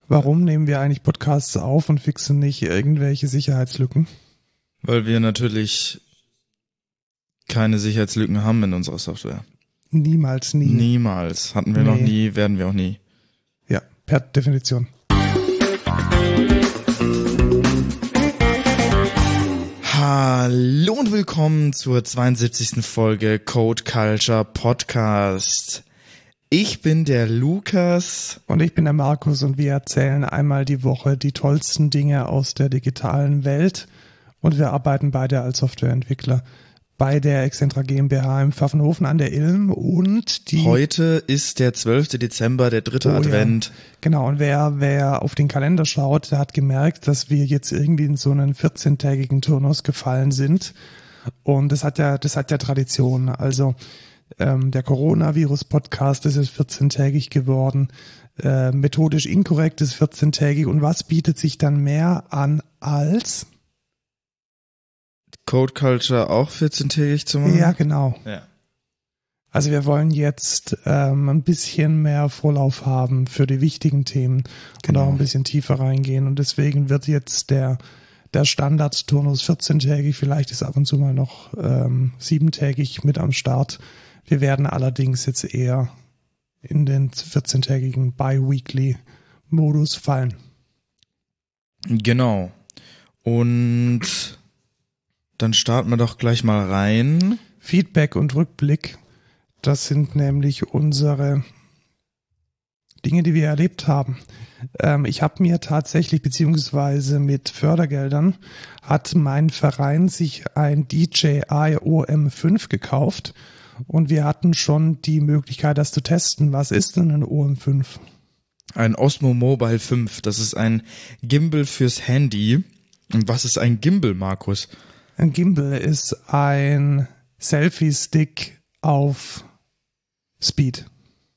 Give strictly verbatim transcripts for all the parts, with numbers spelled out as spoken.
Warum nehmen wir eigentlich Podcasts auf und fixen nicht irgendwelche Sicherheitslücken? Weil wir natürlich keine Sicherheitslücken haben in unserer Software. Niemals, nie. Niemals. Hatten wir Nee. noch nie, werden wir auch nie. Ja, per Definition. Hallo und willkommen zur zweiundsiebzigsten Folge Code Culture Podcast. Ich bin der Lukas. Und ich bin der Markus und wir erzählen einmal die Woche die tollsten Dinge aus der digitalen Welt. Und wir arbeiten beide als Softwareentwickler bei der Excentra GmbH im Pfaffenhofen an der Ilm und die... Heute ist der zwölfte Dezember, der dritte Oh, Advent. Ja. Genau, und wer, wer auf den Kalender schaut, der hat gemerkt, dass wir jetzt irgendwie in so einen vierzehntägigen Turnus gefallen sind. Und das hat ja, das hat ja Tradition. Also ähm, der Coronavirus-Podcast ist jetzt vierzehntägig geworden. Äh, methodisch inkorrekt ist vierzehntägig. Und was bietet sich dann mehr an als... Code Culture auch vierzehntägig zu machen? Ja, genau. Ja. Also wir wollen jetzt ähm, ein bisschen mehr Vorlauf haben für die wichtigen Themen Genau. und auch ein bisschen tiefer reingehen. Und deswegen wird jetzt der der Standardturnus vierzehntägig, vielleicht ist ab und zu mal noch ähm, siebentägig mit am Start. Wir werden allerdings jetzt eher in den vierzehntägigen Bi-Weekly-Modus fallen. Genau. Und dann starten wir doch gleich mal rein. Feedback und Rückblick, das sind nämlich unsere Dinge, die wir erlebt haben. Ähm, ich habe mir tatsächlich, beziehungsweise mit Fördergeldern, hat mein Verein sich ein D J I O M fünf gekauft und wir hatten schon die Möglichkeit, das zu testen. Was ist denn ein O M fünf? Ein Osmo Mobile fünf. Das ist ein Gimbal fürs Handy. Und was ist ein Gimbal, Markus? Ein Gimbal ist ein Selfie-Stick auf Speed.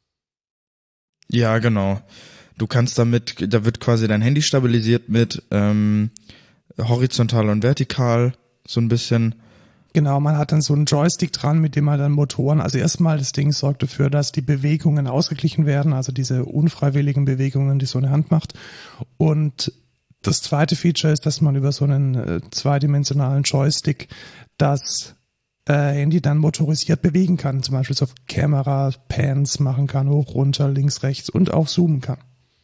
Ja, genau. Du kannst damit, da wird quasi dein Handy stabilisiert mit ähm, horizontal und vertikal, so ein bisschen. Genau, man hat dann so einen Joystick dran, mit dem man dann Motoren, also erstmal das Ding sorgt dafür, dass die Bewegungen ausgeglichen werden, also diese unfreiwilligen Bewegungen, die so eine Hand macht. Und das zweite Feature ist, dass man über so einen äh, zweidimensionalen Joystick das äh, Handy dann motorisiert bewegen kann, zum Beispiel so Kamera, Pans machen kann, hoch, runter, links, rechts und auch zoomen kann.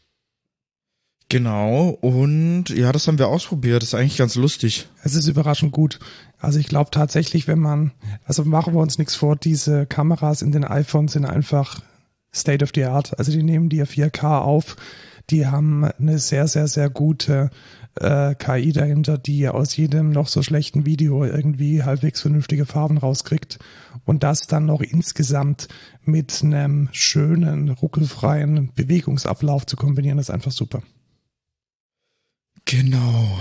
Genau, und ja, das haben wir ausprobiert, das ist eigentlich ganz lustig. Es ist überraschend gut. Also ich glaube tatsächlich, wenn man, also machen wir uns nichts vor, diese Kameras in den iPhones sind einfach State of the Art. Also die nehmen dir vier K auf, die haben eine sehr, sehr, sehr gute äh, K I dahinter, die aus jedem noch so schlechten Video irgendwie halbwegs vernünftige Farben rauskriegt und das dann noch insgesamt mit einem schönen, ruckelfreien Bewegungsablauf zu kombinieren, ist einfach super. Genau.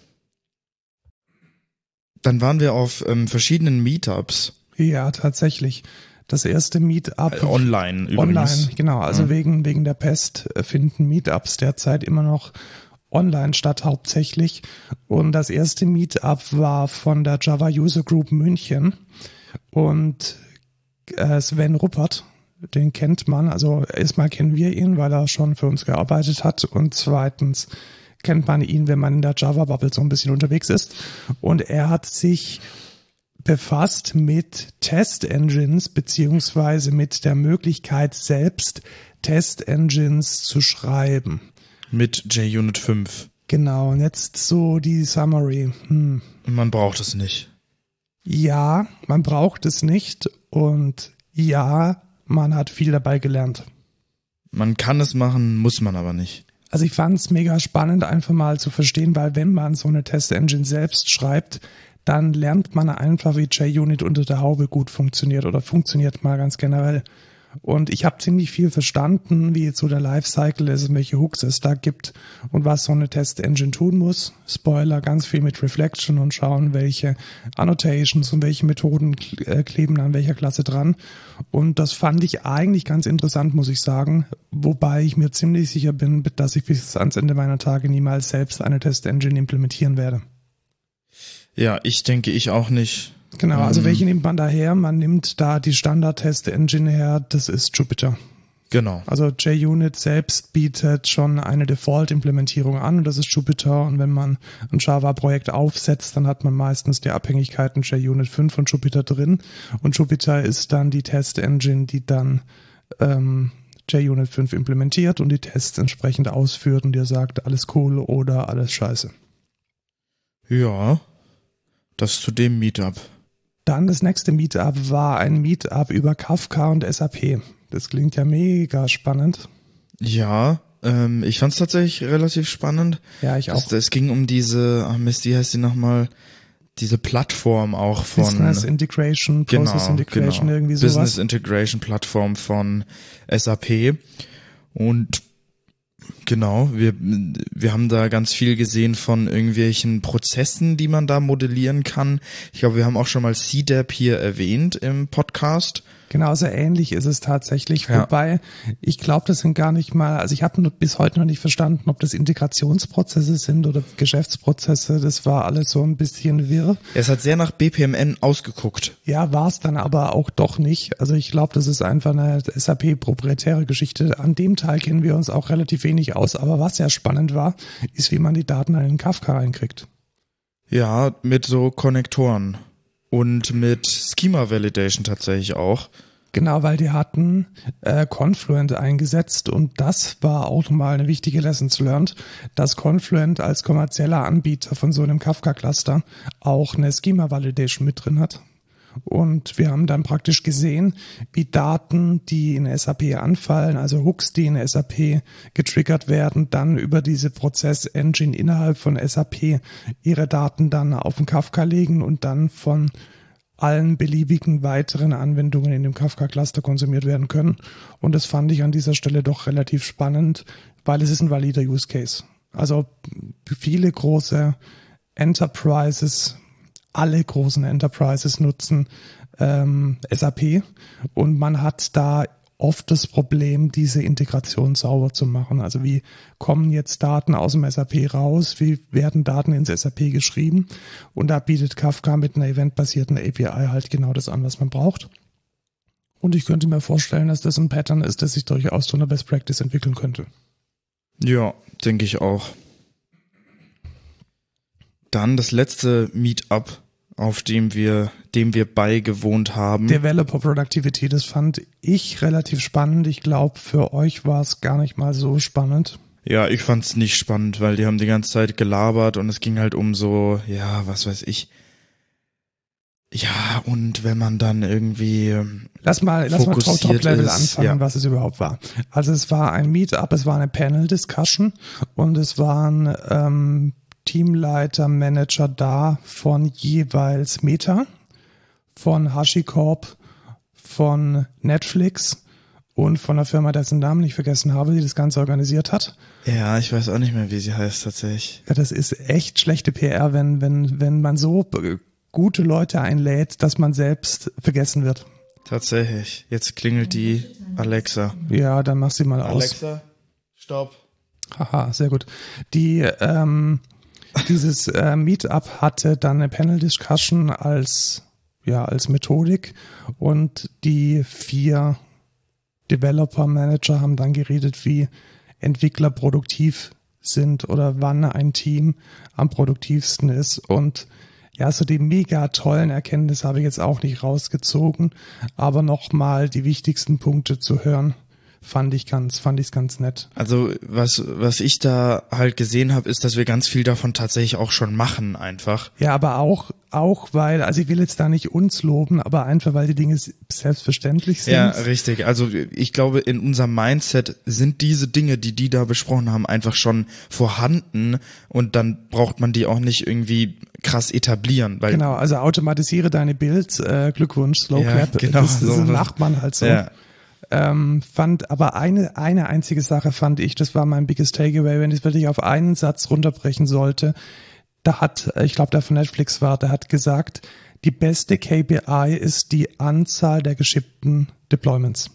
Dann waren wir auf ähm, verschiedenen Meetups. Ja, tatsächlich. Das erste Meetup. Äh, online übrigens. Online, genau. Also Ja. wegen, wegen der Pest finden Meetups derzeit immer noch online statt hauptsächlich. Und das erste Meetup war von der Java User Group München. Und äh, Sven Ruppert, den kennt man. Also erstmal kennen wir ihn, weil er schon für uns gearbeitet hat. Und zweitens kennt man ihn, wenn man in der Java-Bubble so ein bisschen unterwegs ist. Und er hat sich befasst mit Test-Engines beziehungsweise mit der Möglichkeit, selbst Test-Engines zu schreiben. Mit JUnit fünf. Genau, und jetzt so die Summary. Hm. Man braucht es nicht. Ja, man braucht es nicht und ja, man hat viel dabei gelernt. Man kann es machen, muss man aber nicht. Also ich fand es mega spannend, einfach mal zu verstehen, weil wenn man so eine Test-Engine selbst schreibt, dann lernt man einfach, wie JUnit unter der Haube gut funktioniert oder funktioniert mal ganz generell. Und ich habe ziemlich viel verstanden, wie jetzt so der Lifecycle ist und welche Hooks es da gibt und was so eine Test-Engine tun muss. Spoiler, ganz viel mit Reflection und schauen, welche Annotations und welche Methoden kleben an welcher Klasse dran. Und das fand ich eigentlich ganz interessant, muss ich sagen. Wobei ich mir ziemlich sicher bin, dass ich bis ans Ende meiner Tage niemals selbst eine Test-Engine implementieren werde. Ja, ich denke, ich auch nicht. Genau, also welche nimmt man da her? Man nimmt da die Standard-Test-Engine her, das ist Jupyter. Genau. Also JUnit selbst bietet schon eine Default-Implementierung an und das ist Jupyter. Und wenn man ein Java-Projekt aufsetzt, dann hat man meistens die Abhängigkeiten JUnit fünf und Jupyter drin. Und Jupyter ist dann die Test-Engine, die dann ähm, JUnit fünf implementiert und die Tests entsprechend ausführt und dir sagt, alles cool oder alles scheiße. Ja, das zu dem Meetup. Dann das nächste Meetup war ein Meetup über Kafka und S A P. Das klingt ja mega spannend. Ja, ähm, ich fand es tatsächlich relativ spannend. Ja, ich auch. Es, es ging um diese, ach Mist, wie heißt die nochmal? Diese Plattform auch von Business Integration, Process genau, Integration, genau. irgendwie sowas. Business Integration Plattform von S A P. Und genau, wir wir haben da ganz viel gesehen von irgendwelchen Prozessen, die man da modellieren kann. Ich glaube, wir haben auch schon mal C D A P hier erwähnt im Podcast. Genauso ähnlich ist es tatsächlich, Ja. wobei ich glaube, das sind gar nicht mal, also ich habe bis heute noch nicht verstanden, ob das Integrationsprozesse sind oder Geschäftsprozesse, das war alles so ein bisschen wirr. Es hat sehr nach B P M N ausgeguckt. Ja, war es dann aber auch doch nicht. Also ich glaube, das ist einfach eine S A P-proprietäre Geschichte. An dem Teil kennen wir uns auch relativ wenig aus, aber was sehr spannend war, ist, wie man die Daten in den Kafka reinkriegt. Ja, mit so Konnektoren und mit Schema Validation tatsächlich auch. Genau, weil die hatten äh, Confluent eingesetzt und das war auch nochmal eine wichtige Lessons learned, dass Confluent als kommerzieller Anbieter von so einem Kafka-Cluster auch eine Schema-Validation mit drin hat. Und wir haben dann praktisch gesehen, wie Daten, die in S A P anfallen, also Hooks, die in S A P getriggert werden, dann über diese Prozess-Engine innerhalb von S A P ihre Daten dann auf den Kafka legen und dann von allen beliebigen weiteren Anwendungen in dem Kafka-Cluster konsumiert werden können. Und das fand ich an dieser Stelle doch relativ spannend, weil es ist ein valider Use Case. Also viele große Enterprises, alle großen Enterprises nutzen ähm, S A P und man hat da oft das Problem, diese Integration sauber zu machen. Also wie kommen jetzt Daten aus dem S A P raus? Wie werden Daten ins S A P geschrieben? Und da bietet Kafka mit einer eventbasierten A P I halt genau das an, was man braucht. Und ich könnte mir vorstellen, dass das ein Pattern ist, das sich durchaus zu einer Best Practice entwickeln könnte. Ja, denke ich auch. Dann das letzte Meetup, auf dem wir, dem wir beigewohnt haben. Developer Productivity, das fand ich relativ spannend. Ich glaube, für euch war es gar nicht mal so spannend. Ja, ich fand's nicht spannend, weil die haben die ganze Zeit gelabert und es ging halt um so, ja, was weiß ich. Ja, und wenn man dann irgendwie Lass mal, lass mal Top-Level ist, anfangen, ja. was es überhaupt war. Also es war ein Meetup, es war eine Panel-Discussion und es waren ähm, Teamleiter, Manager da von jeweils Meta, von HashiCorp, von Netflix und von der Firma, dessen Namen ich vergessen habe, die das Ganze organisiert hat. Ja, ich weiß auch nicht mehr, wie sie heißt tatsächlich. Ja, das ist echt schlechte P R, wenn, wenn, wenn man so gute Leute einlädt, dass man selbst vergessen wird. Tatsächlich. Jetzt klingelt die Alexa. Ja, dann mach sie mal aus. Alexa, stopp. Haha, sehr gut. Die, ähm, dieses äh, Meetup hatte dann eine Panel-Discussion als, ja, als Methodik und die vier Developer-Manager haben dann geredet, wie Entwickler produktiv sind oder wann ein Team am produktivsten ist. Und ja, so die mega tollen Erkenntnisse habe ich jetzt auch nicht rausgezogen, aber nochmal die wichtigsten Punkte zu hören, fand ich ganz, fand ich ganz nett. Also was was ich da halt gesehen habe, ist, dass wir ganz viel davon tatsächlich auch schon machen einfach. Ja, aber auch auch weil, also ich will jetzt da nicht uns loben, aber einfach weil die Dinge selbstverständlich sind. Ja, richtig. Also ich glaube, in unserem Mindset sind diese Dinge, die die da besprochen haben, einfach schon vorhanden und dann braucht man die auch nicht irgendwie krass etablieren. Weil genau, also automatisiere deine Builds, äh, Glückwunsch, Slow ja, Clap, genau, das, das so. macht man halt so. Ja. Ähm, fand aber eine eine einzige Sache fand ich, das war mein biggest takeaway, wenn ich es wirklich auf einen Satz runterbrechen sollte. Da hat, ich glaube, der von Netflix war, der hat gesagt, die beste K P I ist die Anzahl der geschippten Deployments.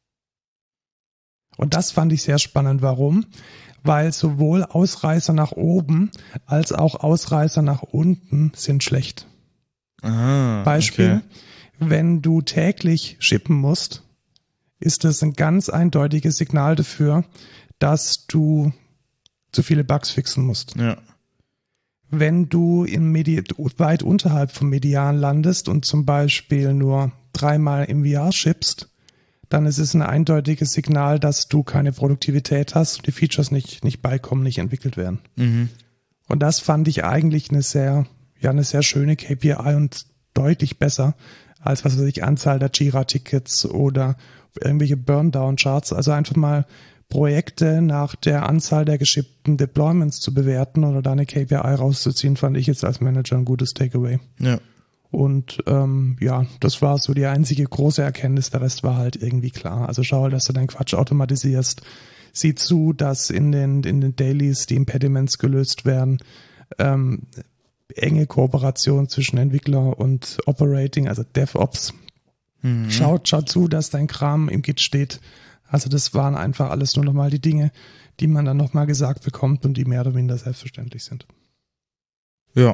Und das fand ich sehr spannend. Warum? Weil sowohl Ausreißer nach oben als auch Ausreißer nach unten sind schlecht. Ah, Beispiel, okay. wenn du täglich shippen musst, ist das ein ganz eindeutiges Signal dafür, dass du zu viele Bugs fixen musst. Ja. Wenn du im Medi- weit unterhalb vom Median landest und zum Beispiel nur dreimal im Jahr schippst, dann ist es ein eindeutiges Signal, dass du keine Produktivität hast und die Features nicht, nicht beikommen, nicht entwickelt werden. Mhm. Und das fand ich eigentlich eine sehr, ja, eine sehr schöne K P I und deutlich besser als, was weiß ich, Anzahl der Jira-Tickets oder irgendwelche Burndown-Charts. Also einfach mal Projekte nach der Anzahl der geschippten Deployments zu bewerten oder da eine K P I rauszuziehen, fand ich jetzt als Manager ein gutes Takeaway. Ja. Und ähm, ja, das war so die einzige große Erkenntnis, der Rest war halt irgendwie klar. Also schau halt, dass du deinen Quatsch automatisierst. Sieh zu, dass in den in den Dailies die Impediments gelöst werden. Ähm, enge Kooperation zwischen Entwickler und Operating, also DevOps. Mhm. Schau, schau zu, dass dein Kram im Git steht. Also das waren einfach alles nur nochmal die Dinge, die man dann nochmal gesagt bekommt und die mehr oder weniger selbstverständlich sind. Ja.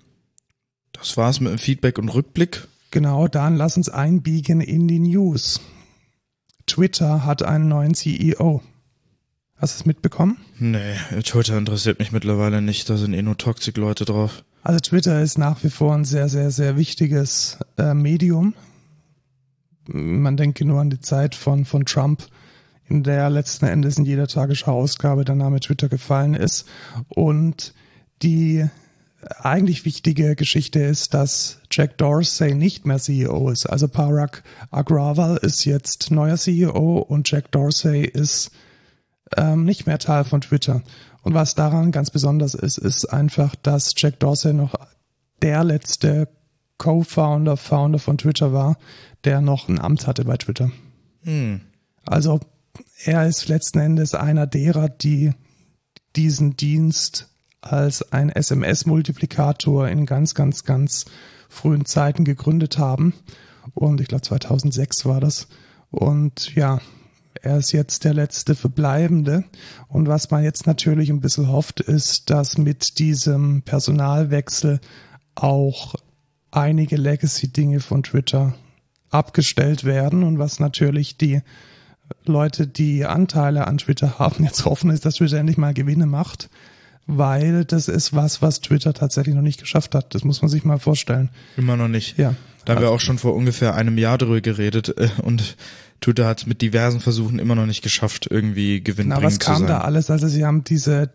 Das war's mit dem Feedback und Rückblick. Genau, dann lass uns einbiegen in die News. Twitter hat einen neuen C E O. Hast du es mitbekommen? Nee, Twitter interessiert mich mittlerweile nicht. Da sind eh nur Toxic-Leute drauf. Also Twitter ist nach wie vor ein sehr, sehr, sehr wichtiges äh, Medium. Man denke nur an die Zeit von, von Trump, in der letzten Endes in jeder Tagesschau-Ausgabe der Name Twitter gefallen ist. Und die eigentlich wichtige Geschichte ist, dass Jack Dorsey nicht mehr C E O ist. Also Parag Agrawal ist jetzt neuer C E O und Jack Dorsey ist ähm, nicht mehr Teil von Twitter. Und was daran ganz besonders ist, ist einfach, dass Jack Dorsey noch der letzte Co-Founder, Founder von Twitter war, der noch ein Amt hatte bei Twitter. Hm. Also er ist letzten Endes einer derer, die diesen Dienst als ein S M S-Multiplikator in ganz, ganz, ganz frühen Zeiten gegründet haben. Und ich glaube zweitausendsechs war das. Und ja, er ist jetzt der letzte Verbleibende. Und was man jetzt natürlich ein bisschen hofft, ist, dass mit diesem Personalwechsel auch einige Legacy-Dinge von Twitter abgestellt werden. Und was natürlich die Leute, die Anteile an Twitter haben, jetzt hoffen, ist, dass Twitter endlich mal Gewinne macht. Weil das ist was, was Twitter tatsächlich noch nicht geschafft hat. Das muss man sich mal vorstellen. Immer noch nicht. Ja. Da haben wir auch schon vor ungefähr einem Jahr darüber geredet äh, und Twitter hat es mit diversen Versuchen immer noch nicht geschafft, irgendwie gewinnbringend zu sein. Na, was kam da alles? Also sie haben diese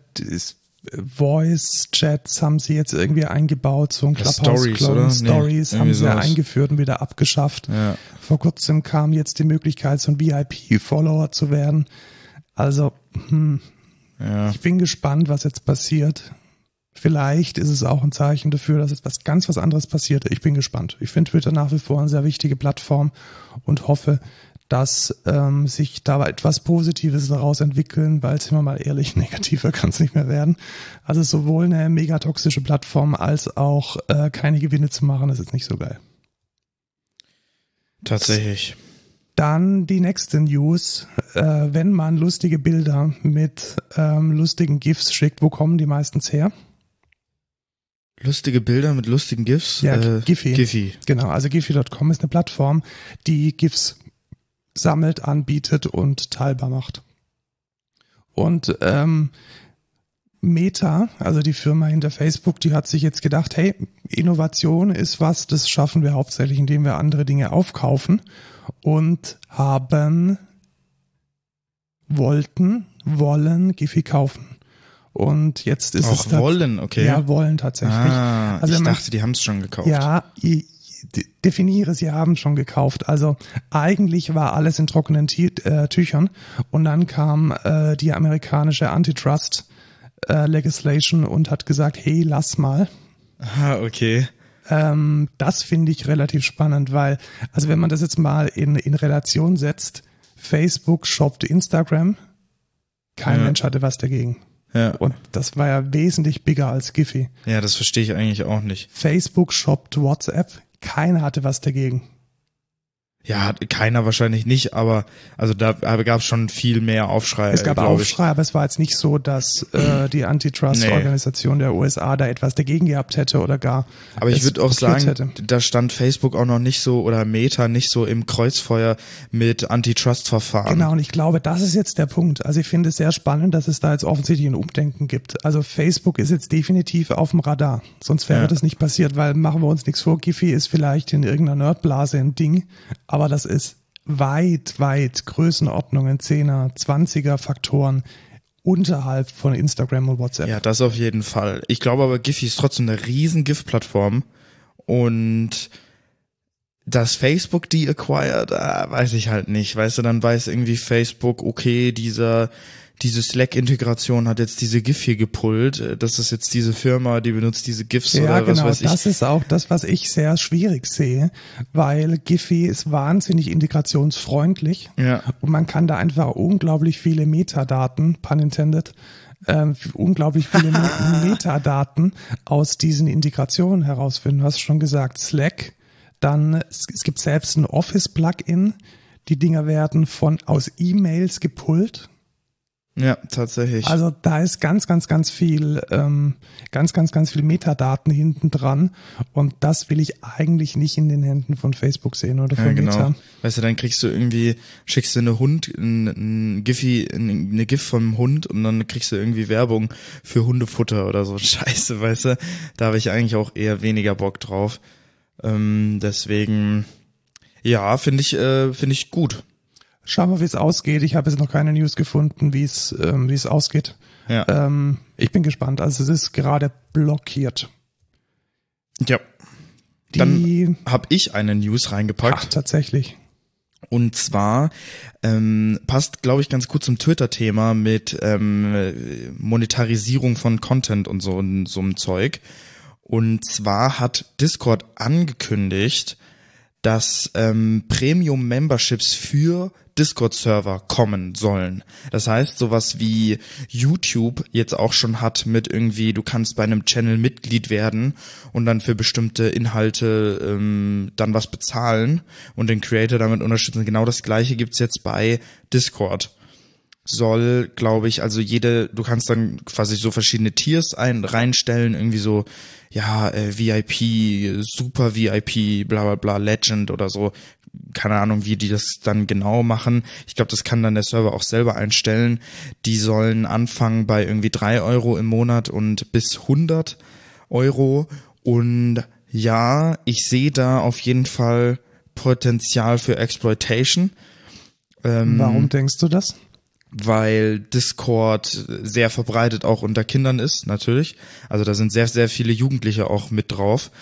Voice-Chats haben sie jetzt irgendwie eingebaut, so ein Clubhouse-Clone, Stories haben sie ja eingeführt und wieder abgeschafft. Ja. Vor kurzem kam jetzt die Möglichkeit, so ein V I P-Follower zu werden. Also, hm, ja. Ich bin gespannt, was jetzt passiert. Vielleicht ist es auch ein Zeichen dafür, dass jetzt was ganz was anderes passiert. Ich bin gespannt. Ich finde Twitter nach wie vor eine sehr wichtige Plattform und hoffe, dass ähm, sich da etwas Positives daraus entwickeln, weil, sind wir mal ehrlich, negativer kann es nicht mehr werden. Also sowohl eine mega toxische Plattform als auch äh, keine Gewinne zu machen, ist jetzt nicht so geil. Tatsächlich. Dann die nächste News, äh, wenn man lustige Bilder mit ähm, lustigen GIFs schickt, wo kommen die meistens her? Lustige Bilder mit lustigen GIFs? Ja, äh, Giphy. Giphy. Genau, also Giphy Punkt com ist eine Plattform, die GIFs sammelt, anbietet und teilbar macht. Und ähm, Meta, also die Firma hinter Facebook, die hat sich jetzt gedacht, hey, Innovation ist was, das schaffen wir hauptsächlich, indem wir andere Dinge aufkaufen. Und haben, wollten, wollen Giphy kaufen. Und jetzt ist Auch es... Auch wollen, okay. Ja, wollen tatsächlich. Ah, also ich man, dachte, die haben es schon gekauft. Ja, ich definiere, sie haben schon gekauft. Also eigentlich war alles in trockenen Tü- äh, Tüchern. Und dann kam äh, die amerikanische Antitrust äh, Legislation und hat gesagt, hey, lass mal. Ah, okay. Ähm, das finde ich relativ spannend, weil, also wenn man das jetzt mal in, in Relation setzt, Facebook shoppt Instagram, kein ja. Mensch hatte was dagegen. Ja. Und das war ja wesentlich bigger als Giphy. Ja, das verstehe ich eigentlich auch nicht. Facebook shoppt WhatsApp, keiner hatte was dagegen. Ja, keiner wahrscheinlich nicht, aber also da gab es schon viel mehr Aufschrei. Es gab Aufschrei, aber es war jetzt nicht so, dass äh, die Antitrust-Organisation nee. der U S A da etwas dagegen gehabt hätte oder gar. Aber ich würde auch sagen, hätte. da stand Facebook auch noch nicht so oder Meta nicht so im Kreuzfeuer mit Antitrust-Verfahren. Genau, und ich glaube, das ist jetzt der Punkt. Also ich finde es sehr spannend, dass es da jetzt offensichtlich ein Umdenken gibt. Also Facebook ist jetzt definitiv auf dem Radar. Sonst wäre ja. das nicht passiert, weil machen wir uns nichts vor, Giphy ist vielleicht in irgendeiner Nerdblase ein Ding. Aber das ist weit, weit Größenordnungen, Zehner, Zwanziger Faktoren unterhalb von Instagram und WhatsApp. Ja, das auf jeden Fall. Ich glaube aber, Giphy ist trotzdem eine riesen GIF-Plattform und dass Facebook die acquired, ah, weiß ich halt nicht. Weißt du, dann weiß irgendwie Facebook, okay, dieser diese Slack-Integration hat jetzt diese GIF hier gepullt. Das ist jetzt diese Firma, die benutzt diese GIFs ja, oder genau, was weiß ich. Das ist auch das, was ich sehr schwierig sehe, weil Giphy ist wahnsinnig integrationsfreundlich ja. und man kann da einfach unglaublich viele Metadaten, pun intended, äh, unglaublich viele Metadaten aus diesen Integrationen herausfinden. Du hast schon gesagt, Slack, dann es, es gibt selbst ein Office-Plugin, die Dinger werden von aus E-Mails gepullt. Ja, tatsächlich. Also da ist ganz, ganz, ganz viel, ähm, ganz, ganz, ganz viel Metadaten hinten dran und das will ich eigentlich nicht in den Händen von Facebook sehen oder von ja, genau. Meta. Weißt du, dann kriegst du irgendwie, schickst du eine Hund, ein, ein Giphy, eine GIF vom Hund und dann kriegst du irgendwie Werbung für Hundefutter oder so. Scheiße, weißt du, da habe ich eigentlich auch eher weniger Bock drauf. Ähm, deswegen, ja, finde ich, äh, finde ich gut. Schauen wir, wie es ausgeht. Ich habe jetzt noch keine News gefunden, wie es ähm, wie es ausgeht. Ja. Ähm, ich bin gespannt. Also es ist gerade blockiert. Ja. Die, Dann habe ich eine News reingepackt. Ach, tatsächlich. Und zwar ähm, passt, glaube ich, ganz gut zum Twitter-Thema mit ähm, Monetarisierung von Content und so, und so einem Zeug. Und zwar hat Discord angekündigt, dass ähm, Premium-Memberships für Discord-Server kommen sollen. Das heißt, sowas wie YouTube jetzt auch schon hat mit irgendwie, du kannst bei einem Channel Mitglied werden und dann für bestimmte Inhalte ähm, dann was bezahlen und den Creator damit unterstützen. Genau das Gleiche gibt's jetzt bei Discord. Soll, glaube ich, also jede, du kannst dann quasi so verschiedene Tiers ein, reinstellen, irgendwie so, ja, äh, V I P, Super V I P, bla bla bla, Legend oder so. Keine Ahnung, wie die das dann genau machen. Ich glaube, das kann dann der Server auch selber einstellen. Die sollen anfangen bei irgendwie drei Euro im Monat und bis hundert Euro. Und ja, ich sehe da auf jeden Fall Potenzial für Exploitation. Ähm, Warum denkst du das? Weil Discord sehr verbreitet auch unter Kindern ist, natürlich. Also da sind sehr, sehr viele Jugendliche auch mit drauf.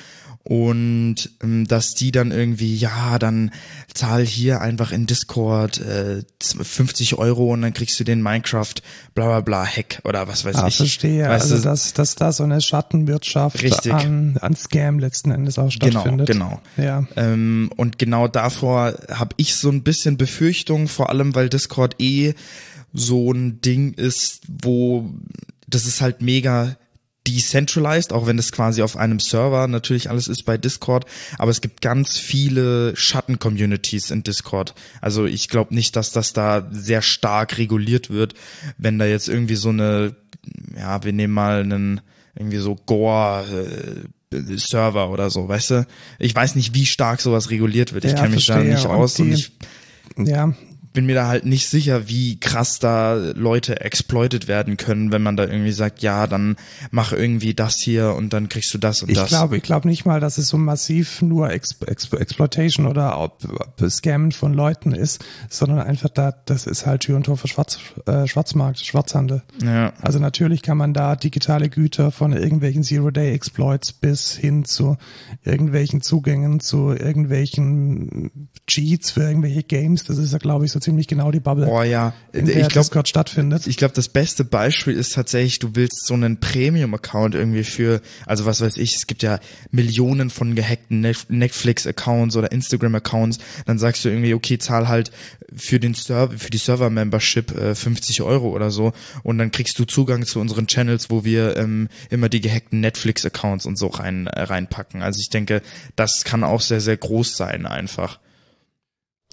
Und ähm, dass die dann irgendwie, ja, dann zahl hier einfach in Discord äh, fünfzig Euro und dann kriegst du den Minecraft bla bla bla Hack oder was weiß ah, ich. Verstehe, weißt also du? dass, dass da so eine Schattenwirtschaft Richtig. an, an Scam letzten Endes auch stattfindet. Genau, genau. Ja. Ähm, und genau davor habe ich so ein bisschen Befürchtung, vor allem weil Discord eh so ein Ding ist, wo das ist halt mega decentralized, auch wenn es quasi auf einem Server natürlich alles ist bei Discord, aber es gibt ganz viele Schatten-Communities in Discord. Also ich glaube nicht, dass das da sehr stark reguliert wird, wenn da jetzt irgendwie so eine, ja, wir nehmen mal einen irgendwie so Gore äh, Server oder so, weißt du? Ich weiß nicht, wie stark sowas reguliert wird. Ich ja, kenne mich verstehe. da nicht und aus die, und ich ja. bin mir da halt nicht sicher, wie krass da Leute exploited werden können, wenn man da irgendwie sagt, ja, dann mach irgendwie das hier und dann kriegst du das und ich das. Glaube, ich glaube nicht mal, dass es so massiv nur Ex Ex Exploitation oder ob, ob Scammen von Leuten ist, sondern einfach da, das ist halt Tür und Tor für Schwarz, äh, Schwarzmarkt, Schwarzhandel. Ja. Also natürlich kann man da digitale Güter von irgendwelchen Zero-Day-Exploits bis hin zu irgendwelchen Zugängen zu irgendwelchen Cheats für irgendwelche Games, das ist ja, glaube ich, so ziemlich genau die Bubble, oh, ja. in der ich glaub, Discord stattfindet. Ich glaube, das beste Beispiel ist tatsächlich, du willst so einen Premium-Account irgendwie für, also was weiß ich, es gibt ja Millionen von gehackten Netflix-Accounts oder Instagram-Accounts, dann sagst du irgendwie, okay, zahl halt für den Server, für die Server-Membership äh, fünfzig Euro oder so und dann kriegst du Zugang zu unseren Channels, wo wir ähm, immer die gehackten Netflix-Accounts und so rein äh, reinpacken. Also ich denke, das kann auch sehr, sehr groß sein einfach.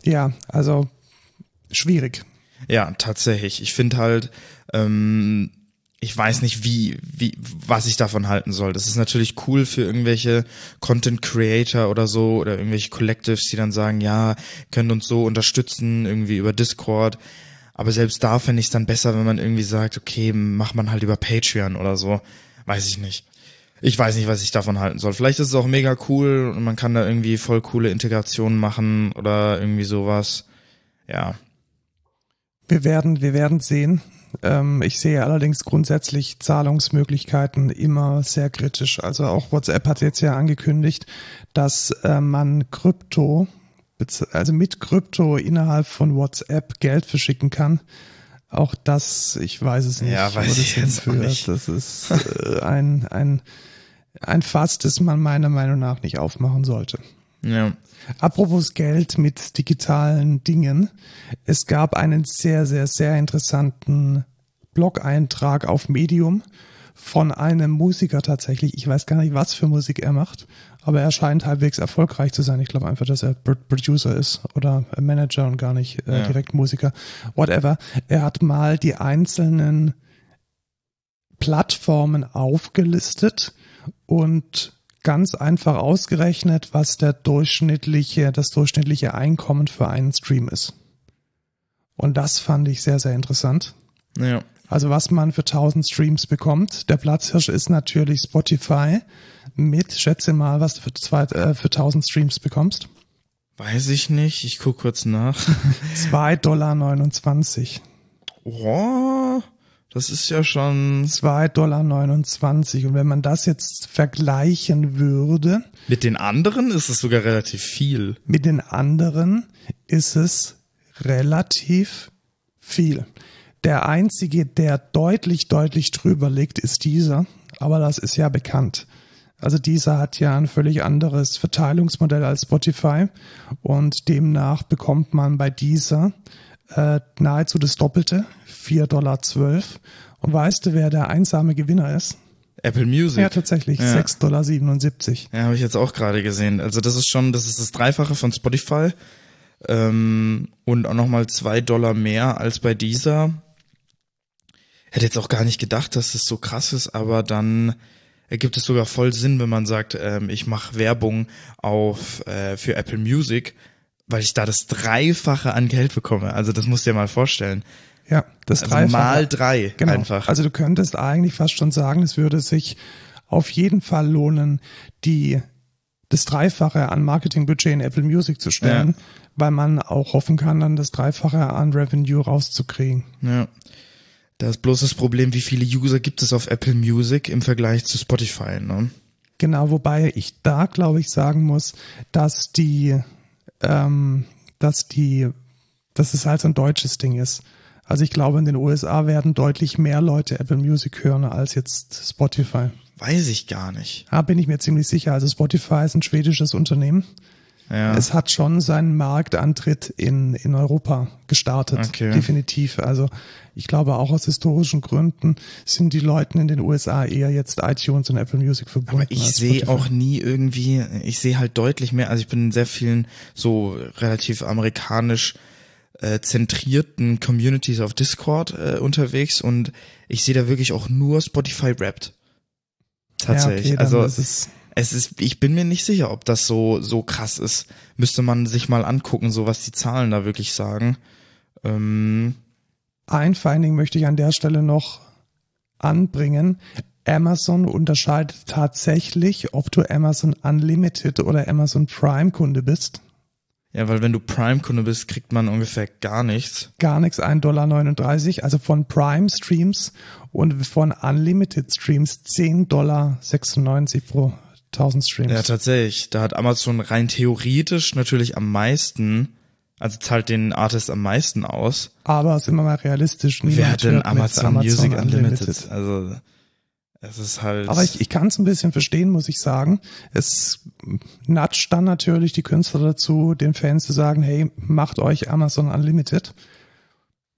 Ja, also schwierig. Ja, tatsächlich. Ich finde halt, ähm, ich weiß nicht, wie, wie, was ich davon halten soll. Das ist natürlich cool für irgendwelche Content Creator oder so oder irgendwelche Collectives, die dann sagen, ja, können uns so unterstützen, irgendwie über Discord. Aber selbst da fände ich es dann besser, wenn man irgendwie sagt, okay, macht man halt über Patreon oder so. Weiß ich nicht. Ich weiß nicht, was ich davon halten soll. Vielleicht ist es auch mega cool und man kann da irgendwie voll coole Integrationen machen oder irgendwie sowas. Ja. Wir werden, wir werden sehen. Ähm, ich sehe allerdings grundsätzlich Zahlungsmöglichkeiten immer sehr kritisch. Also auch WhatsApp hat jetzt ja angekündigt, dass äh, man Krypto, also mit Krypto innerhalb von WhatsApp Geld verschicken kann. Auch das, ich weiß es nicht. Ja, weiß ich jetzt nicht. Das ist äh, ein, ein, ein Fass, das man meiner Meinung nach nicht aufmachen sollte. Ja. Apropos Geld mit digitalen Dingen. Es gab einen sehr, sehr, sehr interessanten Blog-Eintrag auf Medium von einem Musiker tatsächlich. Ich weiß gar nicht, was für Musik er macht, aber er scheint halbwegs erfolgreich zu sein. Ich glaube einfach, dass er Producer ist oder Manager und gar nicht äh, Ja. direkt Musiker. Whatever. Er hat mal die einzelnen Plattformen aufgelistet und ganz einfach ausgerechnet, was der durchschnittliche, das durchschnittliche Einkommen für einen Stream ist. Und das fand ich sehr, sehr interessant. Ja. Also was man für tausend Streams bekommt. Der Platzhirsch ist natürlich Spotify mit, schätze mal, was du für, zwei, äh, für tausend Streams bekommst. Weiß ich nicht. Ich guck kurz nach. zwei Komma neunundzwanzig Dollar. Oh, das ist ja schon zwei Komma neunundzwanzig Dollar. Und wenn man das jetzt vergleichen würde mit den anderen ist es sogar relativ viel. mit den anderen, ist es relativ viel. Der einzige, der deutlich, deutlich drüber liegt, ist dieser. Aber das ist ja bekannt. Also dieser hat ja ein völlig anderes Verteilungsmodell als Spotify. Und demnach bekommt man bei dieser äh, nahezu das Doppelte, vier Komma zwölf Dollar. Und weißt du, wer der einsame Gewinner ist? Apple Music. Ja, tatsächlich, Ja. sechs Komma siebenundsiebzig Dollar. Ja, habe ich jetzt auch gerade gesehen. Also das ist schon, das ist das Dreifache von Spotify ähm, und auch nochmal zwei Dollar mehr als bei Deezer. Hätte jetzt auch gar nicht gedacht, dass das so krass ist, aber dann ergibt es sogar voll Sinn, wenn man sagt, ähm, ich mache Werbung auf äh, für Apple Music, weil ich da das Dreifache an Geld bekomme. Also das musst du dir mal vorstellen. Ja, das Also Dreifache. mal drei Genau. einfach. Also du könntest eigentlich fast schon sagen, es würde sich auf jeden Fall lohnen, die das Dreifache an Marketingbudget in Apple Music zu stellen, Ja. weil man auch hoffen kann, dann das Dreifache an Revenue rauszukriegen. Ja. Da ist bloß das Problem, wie viele User gibt es auf Apple Music im Vergleich zu Spotify, ne? Genau, wobei ich da, glaube ich, sagen muss, dass die, ähm, dass die, dass es halt so ein deutsches Ding ist. Also ich glaube, in den U S A werden deutlich mehr Leute Apple Music hören als jetzt Spotify. Weiß ich gar nicht. Da bin ich mir ziemlich sicher. Also Spotify ist ein schwedisches Unternehmen. Ja. Es hat schon seinen Marktantritt in, in Europa gestartet, Okay. definitiv. Also ich glaube auch aus historischen Gründen sind die Leute in den U S A eher jetzt iTunes und Apple Music verbunden. Aber ich als sehe Spotify. auch nie irgendwie, ich sehe halt deutlich mehr, also ich bin in sehr vielen so relativ amerikanisch äh, zentrierten Communities auf Discord äh, unterwegs und ich sehe da wirklich auch nur Spotify Wrapped. Tatsächlich. Ja, okay, dann also ist es es ist, ich bin mir nicht sicher, ob das so so krass ist. Müsste man sich mal angucken, so was die Zahlen da wirklich sagen. Ähm, ein Finding möchte ich an der Stelle noch anbringen. Amazon unterscheidet tatsächlich, ob du Amazon Unlimited oder Amazon Prime Kunde bist. ja, weil wenn du Prime-Kunde bist, kriegt man ungefähr gar nichts. Gar nichts, ein Komma neununddreißig Dollar, also von Prime Streams und von Unlimited Streams zehn Komma sechsundneunzig Dollar pro tausend Streams. Ja, tatsächlich. Da hat Amazon rein theoretisch natürlich am meisten, also zahlt den Artist am meisten aus. Aber sind wir mal realistisch. Wer niemand hat denn hört mit Amazon, Music Unlimited? Also es ist halt. Aber ich, ich kann es ein bisschen verstehen, muss ich sagen. Es nudgt dann natürlich die Künstler dazu, den Fans zu sagen, hey, macht euch Amazon Unlimited.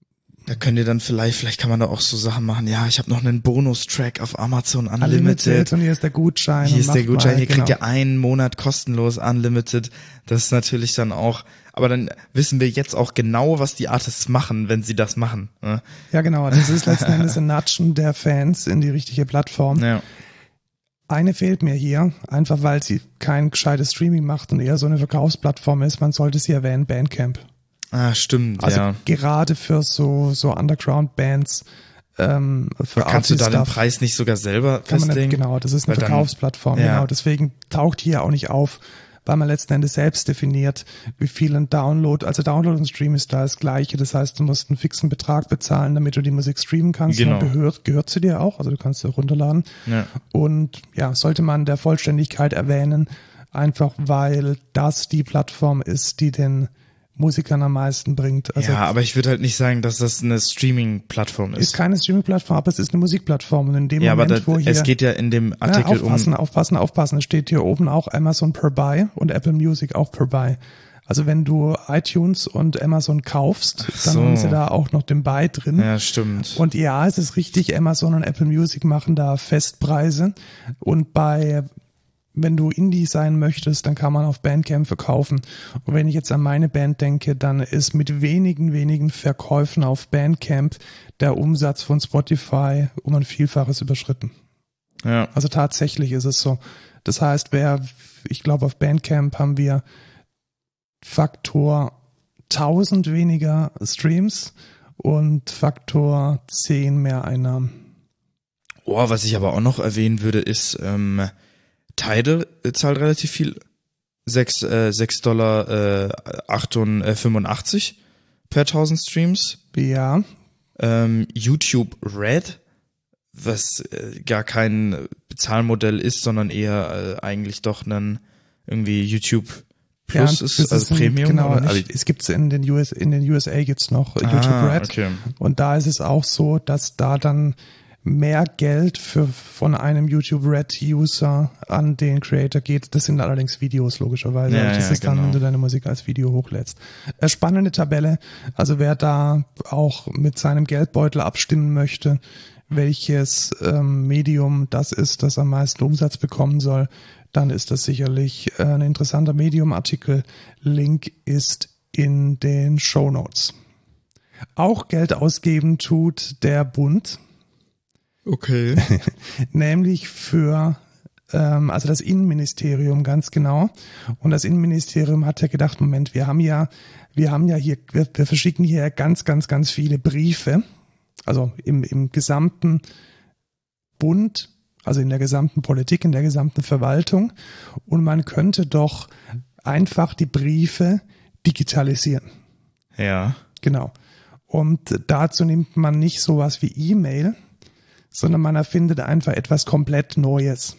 Da könnt ihr dann vielleicht, vielleicht kann man da auch so Sachen machen, ja, ich habe noch einen Bonustrack auf Amazon Unlimited. Unlimited und hier ist der Gutschein. Hier ist der Gutschein, mal, hier genau. kriegt ihr einen Monat kostenlos Unlimited. Das ist natürlich dann auch, aber dann wissen wir jetzt auch genau, was die Artists machen, wenn sie das machen. Ne? Ja, genau, das ist letzten Endes ein Natschen der Fans in die richtige Plattform. Ja. Eine fehlt mir hier, einfach weil sie kein gescheites Streaming macht und eher so eine Verkaufsplattform ist. Man sollte sie erwähnen, Bandcamp. Ah, stimmt, also ja. Gerade für so so Underground-Bands, ähm, für Kannst du da den Artist-Stuff Preis nicht sogar selber kann man festlegen? nicht, genau, das ist eine Weil dann- Verkaufsplattform, ja. genau. Deswegen taucht hier auch nicht auf, weil man letzten Endes selbst definiert, wie viel ein Download, also Download und Stream ist da das Gleiche. Das heißt, du musst einen fixen Betrag bezahlen, damit du die Musik streamen kannst. Genau. Und gehört, gehört zu dir auch, also du kannst sie runterladen. Ja. Und ja, sollte man der Vollständigkeit erwähnen, einfach weil das die Plattform ist, die den Musikern am meisten bringt. Also ja, aber ich würde halt nicht sagen, dass das eine Streaming-Plattform ist ist. keine Streaming-Plattform, aber es ist eine Musikplattform. Und in dem Ja, aber Moment, da, wo hier es geht ja in dem Ja, Artikel aufpassen, um... aufpassen, aufpassen. Es steht hier oben auch Amazon per Buy und Apple Music auch per Buy. Also wenn du iTunes und Amazon kaufst, dann so. haben sie da auch noch den Buy drin. Ja, stimmt. Und ja, es ist richtig, Amazon und Apple Music machen da Festpreise. Und bei, wenn du Indie sein möchtest, dann kann man auf Bandcamp verkaufen. Und wenn ich jetzt an meine Band denke, dann ist mit wenigen, wenigen Verkäufen auf Bandcamp der Umsatz von Spotify um ein Vielfaches überschritten. Ja. Also tatsächlich ist es so. Das heißt, wer, ich glaube, auf Bandcamp haben wir Faktor tausend weniger Streams und Faktor zehn mehr Einnahmen. Oh, was ich aber auch noch erwähnen würde, ist, ähm, Tidal zahlt relativ viel. sechs äh, sechs Dollar äh, fünfundachtzig per tausend Streams. Ja, Ähm, YouTube Red, was äh, gar kein Bezahlmodell ist, sondern eher äh, eigentlich doch ein irgendwie YouTube Plus ja, ist, das also ein- Premium. Genau, oder? ich, es gibt's in den U S, in den U S A gibt's noch YouTube Ah, Red. okay. Und da ist es auch so, dass da dann mehr Geld für von einem YouTube Red User an den Creator geht. Das sind allerdings Videos logischerweise. Ja, Aber das ja, ist dann, genau. wenn du deine Musik als Video hochlädst. Äh, spannende Tabelle. Also wer da auch mit seinem Geldbeutel abstimmen möchte, welches ähm, Medium das ist, das am meisten Umsatz bekommen soll, dann ist das sicherlich äh, ein interessanter Medium-Artikel. Link ist in den Shownotes. Auch Geld ausgeben tut der Bund, Okay. nämlich für, ähm, also das Innenministerium ganz genau. Und das Innenministerium hat ja gedacht, Moment, wir haben ja, wir haben ja hier, wir, wir verschicken hier ganz, ganz, ganz viele Briefe, also im, im gesamten Bund, also in der gesamten Politik, in der gesamten Verwaltung. Und man könnte doch einfach die Briefe digitalisieren. Ja. Genau. Und dazu nimmt man nicht sowas wie E-Mail, sondern man erfindet einfach etwas komplett Neues.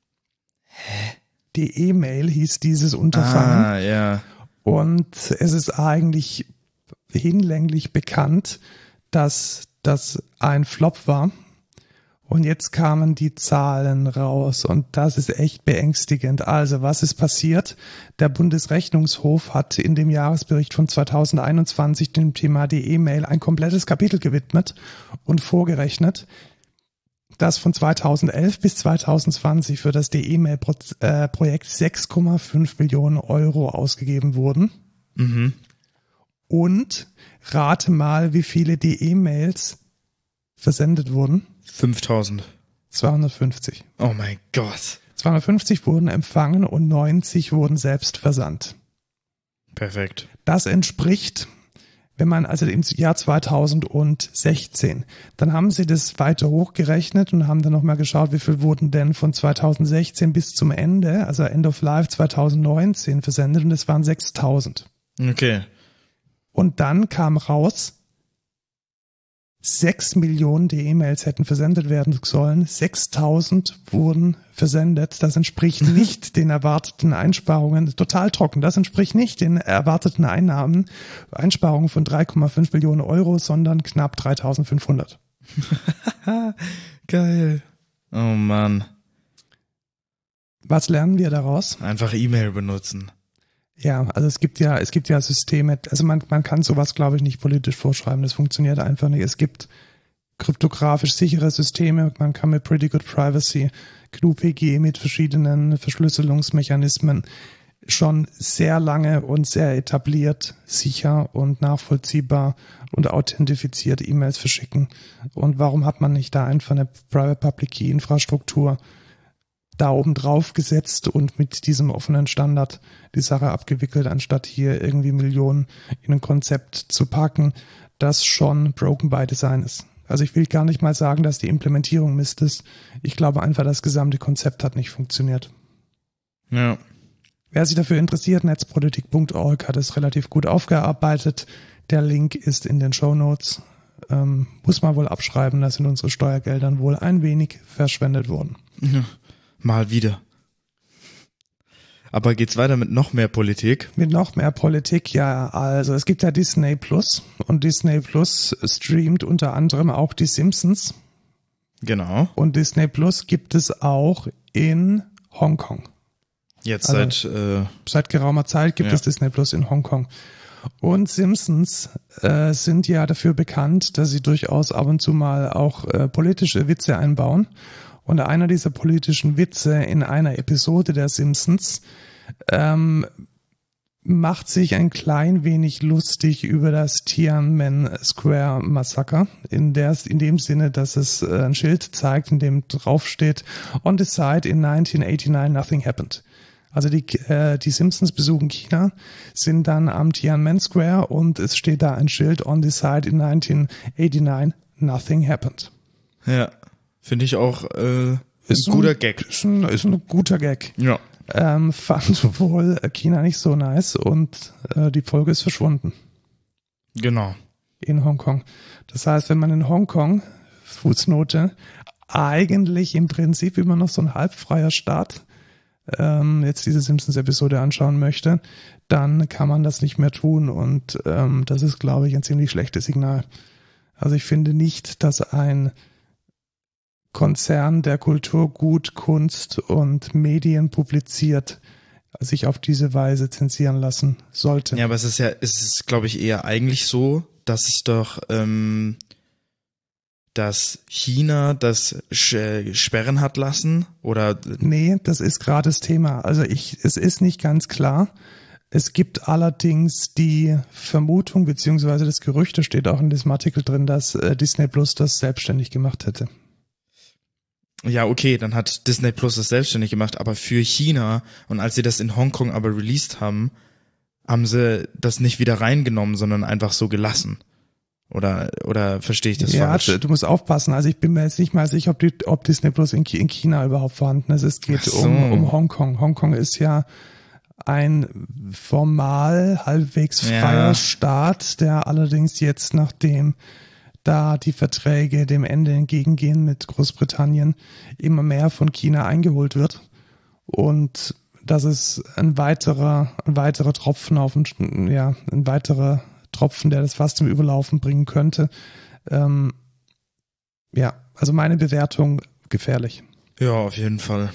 Hä? Die E-Mail hieß dieses Unterfangen. Ah, ja. Und es ist eigentlich hinlänglich bekannt, dass das ein Flop war. Und jetzt kamen die Zahlen raus und das ist echt beängstigend. Also was ist passiert? Der Bundesrechnungshof hat in dem Jahresbericht von zweitausendeinundzwanzig dem Thema die E-Mail ein komplettes Kapitel gewidmet und vorgerechnet, dass von zweitausendelf bis zweitausendzwanzig für das die E-Mail-Projekt sechs Komma fünf Millionen Euro ausgegeben wurden. Mhm. Und rate mal, wie viele die E-Mails versendet wurden. fünftausend. zweihundertfünfzig. Oh mein Gott. zweihundertfünfzig wurden empfangen und neunzig wurden selbst versandt. Perfekt. Das entspricht, wenn man also im Jahr zweitausendsechzehn, dann haben sie das weiter hochgerechnet und haben dann nochmal geschaut, wie viel wurden denn von zweitausendsechzehn bis zum Ende, also End of Life zweitausendneunzehn versendet und es waren sechstausend. Okay. Und dann kam raus, sechs Millionen die E-Mails hätten versendet werden sollen, sechstausend wurden versendet. Das entspricht nicht den erwarteten Einsparungen, total trocken, das entspricht nicht den erwarteten Einnahmen, Einsparungen von drei Komma fünf Millionen Euro, sondern knapp dreitausendfünfhundert. Geil. Oh Mann. Was lernen wir daraus? Einfach E-Mail benutzen. Ja, also es gibt ja, es gibt ja Systeme, also man, man kann sowas, glaube ich, nicht politisch vorschreiben. Das funktioniert einfach nicht. Es gibt kryptografisch sichere Systeme. Man kann mit Pretty Good Privacy, G N U P G mit verschiedenen Verschlüsselungsmechanismen schon sehr lange und sehr etabliert, sicher und nachvollziehbar und authentifiziert E-Mails verschicken. Und warum hat man nicht da einfach eine Private-Public-Key-Infrastruktur da oben drauf gesetzt und mit diesem offenen Standard die Sache abgewickelt, anstatt hier irgendwie Millionen in ein Konzept zu packen, das schon broken by design ist. Also ich will gar nicht mal sagen, dass die Implementierung Mist ist. Ich glaube einfach, das gesamte Konzept hat nicht funktioniert. Ja. Wer sich dafür interessiert, netzpolitik punkt org hat es relativ gut aufgearbeitet. Der Link ist in den Shownotes. Ähm, muss man wohl abschreiben, da sind unsere Steuergeldern wohl ein wenig verschwendet worden. Ja. Mal wieder. Aber geht's weiter mit noch mehr Politik? Mit noch mehr Politik, ja. Also es gibt ja Disney Plus und Disney Plus streamt unter anderem auch die Simpsons. Genau. Und Disney Plus gibt es auch in Hongkong. Jetzt also seit äh, seit geraumer Zeit gibt ja. es Disney Plus in Hongkong. Und Simpsons äh, sind ja dafür bekannt, dass sie durchaus ab und zu mal auch äh, politische Witze einbauen. Und einer dieser politischen Witze in einer Episode der Simpsons ähm, macht sich ein klein wenig lustig über das Tiananmen Square Massaker, in der in dem Sinne, dass es äh, ein Schild zeigt, in dem drauf steht: On the side in nineteen eighty-nine nothing happened. Also die äh, die Simpsons besuchen China, sind dann am Tiananmen Square und es steht da ein Schild: On the side in nineteen eighty-nine nothing happened. Ja. Finde ich auch äh, ist ein guter ein, Gag. Ist ein, ist ein guter Gag. Ja. Ähm, fand wohl China nicht so nice und äh, die Folge ist verschwunden. Genau. In Hongkong. Das heißt, wenn man in Hongkong, Fußnote, eigentlich im Prinzip immer noch so ein halbfreier Staat, ähm, jetzt diese Simpsons-Episode anschauen möchte, dann kann man das nicht mehr tun und ähm, das ist, glaube ich, ein ziemlich schlechtes Signal. Also ich finde nicht, dass ein Konzern, der Kulturgut, Kunst und Medien publiziert, sich auf diese Weise zensieren lassen sollte. Ja, aber es ist ja, es ist, glaube ich, eher eigentlich so, dass es doch, ähm, dass China das sperren hat lassen, oder? Nee, das ist gerade das Thema. Also ich, es ist nicht ganz klar. Es gibt allerdings die Vermutung, beziehungsweise das Gerücht, da steht auch in diesem Artikel drin, dass äh, Disney Plus das selbstständig gemacht hätte. Ja, okay, dann hat Disney Plus das selbstständig gemacht, aber für China, und als sie das in Hongkong aber released haben, haben sie das nicht wieder reingenommen, sondern einfach so gelassen. Oder oder verstehe ich das ja, falsch? Ja, du musst aufpassen. Also ich bin mir jetzt nicht mal sicher, ob, die, ob Disney Plus in, in China überhaupt vorhanden ist. Es geht so. um, um Hongkong. Hongkong ist ja ein formal halbwegs freier ja. Staat, der allerdings jetzt, nachdem da die Verträge dem Ende entgegengehen mit Großbritannien, immer mehr von China eingeholt wird. Und das ist ein weiterer, ein weiterer Tropfen auf ein, ja, ein weiterer Tropfen, der das fast zum Überlaufen bringen könnte. Ähm, ja, also meine Bewertung gefährlich. Ja, auf jeden Fall.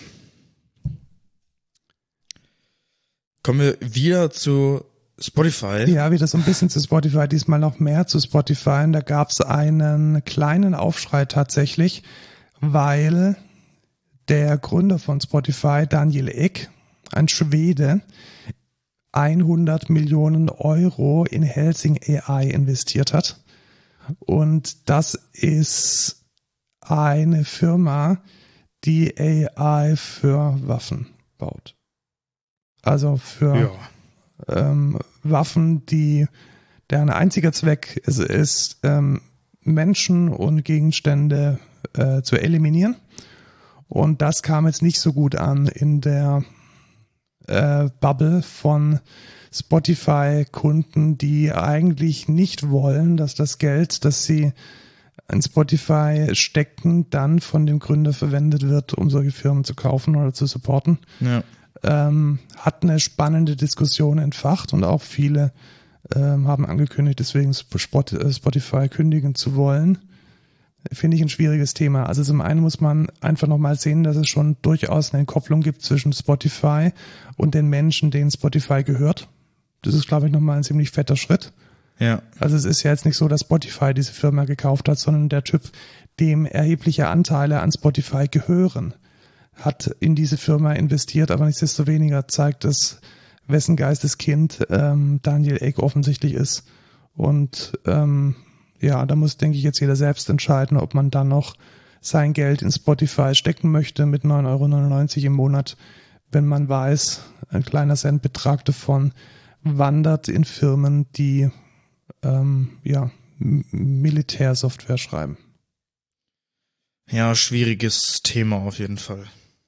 Kommen wir wieder zu Spotify. Ja, wieder so ein bisschen zu Spotify, diesmal noch mehr zu Spotify. Und da gab es einen kleinen Aufschrei tatsächlich, weil der Gründer von Spotify, Daniel Ek, ein Schwede, hundert Millionen Euro in Helsing A I investiert hat. Und das ist eine Firma, die A I für Waffen baut. Also für ja. ähm, Waffen, die deren einziger Zweck es ist, ähm, Menschen und Gegenstände äh, zu eliminieren. Und das kam jetzt nicht so gut an in der äh, Bubble von Spotify-Kunden, die eigentlich nicht wollen, dass das Geld, das sie in Spotify stecken, dann von dem Gründer verwendet wird, um solche Firmen zu kaufen oder zu supporten. Ja. Ähm, hat eine spannende Diskussion entfacht und auch viele ähm, haben angekündigt, deswegen Spotify kündigen zu wollen. Finde ich ein schwieriges Thema. Also zum einen muss man einfach nochmal sehen, dass es schon durchaus eine Entkopplung gibt zwischen Spotify und den Menschen, denen Spotify gehört. Das ist, glaube ich, nochmal ein ziemlich fetter Schritt. Ja. Also es ist ja jetzt nicht so, dass Spotify diese Firma gekauft hat, sondern der Typ, dem erhebliche Anteile an Spotify gehören, hat in diese Firma investiert, aber nichtsdestoweniger zeigt es, wessen Geisteskind ähm, Daniel Ek offensichtlich ist. Und ähm, ja, da muss, denke ich, jetzt jeder selbst entscheiden, ob man dann noch sein Geld in Spotify stecken möchte mit neun Euro neunundneunzig im Monat, wenn man weiß, ein kleiner Centbetrag davon wandert in Firmen, die ähm, ja Militärsoftware schreiben. Ja, schwieriges Thema auf jeden Fall.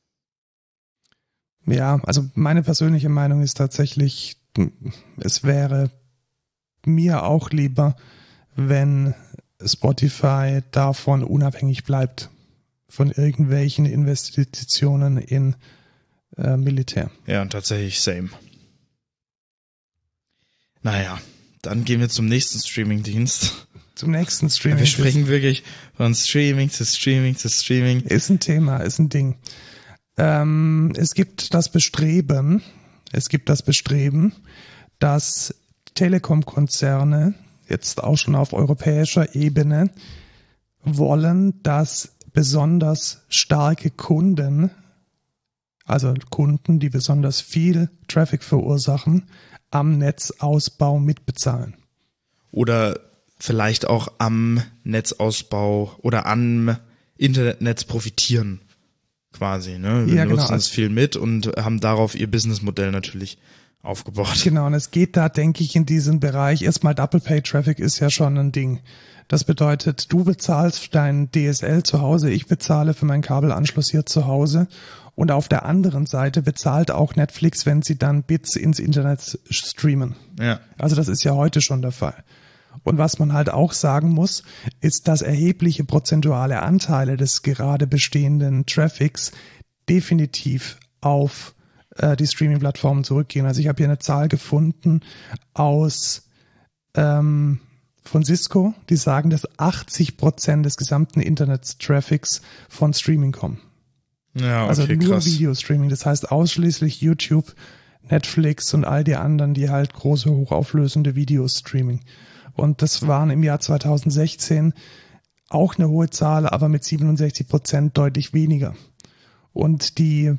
Ja, also meine persönliche Meinung ist tatsächlich, es wäre mir auch lieber, wenn Spotify davon unabhängig bleibt, von irgendwelchen Investitionen in äh, Militär. Ja, und tatsächlich same. Naja, dann gehen wir zum nächsten Streaming-Dienst. Zum nächsten Streaming. Wir sprechen wirklich von Streaming zu Streaming zu Streaming. Ist ein Thema, ist ein Ding. Ähm, es gibt das Bestreben, es gibt das Bestreben, dass Telekom-Konzerne jetzt auch schon auf europäischer Ebene wollen, dass besonders starke Kunden, also Kunden, die besonders viel Traffic verursachen, am Netzausbau mitbezahlen. Oder vielleicht auch am Netzausbau oder am Internetnetz profitieren, quasi. Ne? Wir ja, genau. nutzen es viel mit und haben darauf ihr Businessmodell natürlich aufgebaut. Genau, und es geht da, denke ich, in diesen Bereich. Erstmal Double Pay Traffic ist ja schon ein Ding. Das bedeutet, du bezahlst dein D S L zu Hause, ich bezahle für meinen Kabelanschluss hier zu Hause. Und auf der anderen Seite bezahlt auch Netflix, wenn sie dann Bits ins Internet streamen. Ja. Also das ist ja heute schon der Fall. Und was man halt auch sagen muss, ist, dass erhebliche prozentuale Anteile des gerade bestehenden Traffics definitiv auf äh, die Streaming-Plattformen zurückgehen. Also ich habe hier eine Zahl gefunden aus ähm, von Cisco, die sagen, dass achtzig Prozent des gesamten Internet-Traffics von Streaming kommen. Ja, okay, also nur krass. Videostreaming, das heißt ausschließlich YouTube, Netflix und all die anderen, die halt große, hochauflösende Videostreaming. Und das waren im Jahr zweitausendsechzehn auch eine hohe Zahl, aber mit siebenundsechzig Prozent deutlich weniger. Und die,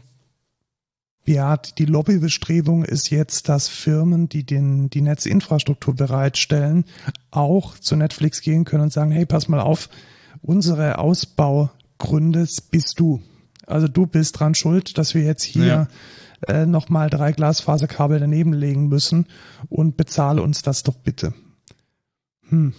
ja, die Lobbybestrebung ist jetzt, dass Firmen, die den, die Netzinfrastruktur bereitstellen, auch zu Netflix gehen können und sagen, hey, pass mal auf, unsere Ausbaugründe bist du. Also du bist dran schuld, dass wir jetzt hier ja. äh, nochmal drei Glasfaserkabel daneben legen müssen und bezahle uns das doch bitte. Hm.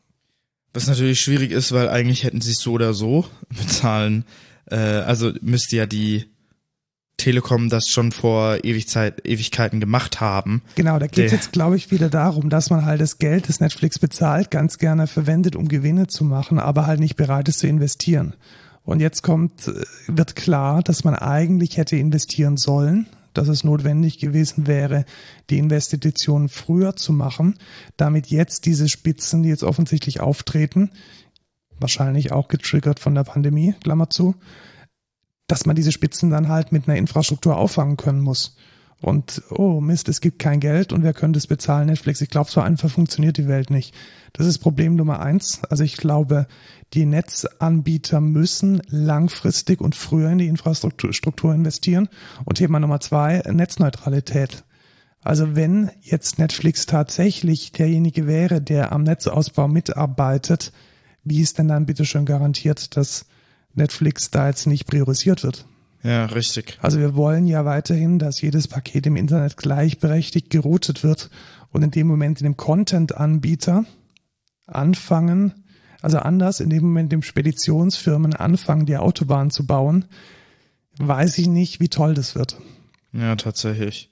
Was natürlich schwierig ist, weil eigentlich hätten sie es so oder so bezahlen. Äh, also müsste ja die Telekom das schon vor Ewigzeit, Ewigkeiten gemacht haben. Genau, da geht es jetzt, glaube ich, wieder darum, dass man halt das Geld, das Netflix bezahlt, ganz gerne verwendet, um Gewinne zu machen, aber halt nicht bereit ist zu investieren. Und jetzt kommt, wird klar, dass man eigentlich hätte investieren sollen, dass es notwendig gewesen wäre, die Investitionen früher zu machen, damit jetzt diese Spitzen, die jetzt offensichtlich auftreten, wahrscheinlich auch getriggert von der Pandemie, Klammer zu, dass man diese Spitzen dann halt mit einer Infrastruktur auffangen können muss. Und, oh Mist, es gibt kein Geld und wer könnte es bezahlen? Netflix. Ich glaube, so einfach funktioniert die Welt nicht. Das ist Problem Nummer eins. Also ich glaube, die Netzanbieter müssen langfristig und früher in die Infrastruktur investieren. Und Thema Nummer zwei, Netzneutralität. Also wenn jetzt Netflix tatsächlich derjenige wäre, der am Netzausbau mitarbeitet, wie ist denn dann bitte schon garantiert, dass Netflix da jetzt nicht priorisiert wird? Ja, richtig. Also wir wollen ja weiterhin, dass jedes Paket im Internet gleichberechtigt geroutet wird und in dem Moment in dem Content-Anbieter anfangen, also anders, in dem Moment dem Speditionsfirmen anfangen, die Autobahn zu bauen, weiß ich nicht, wie toll das wird. Ja, tatsächlich.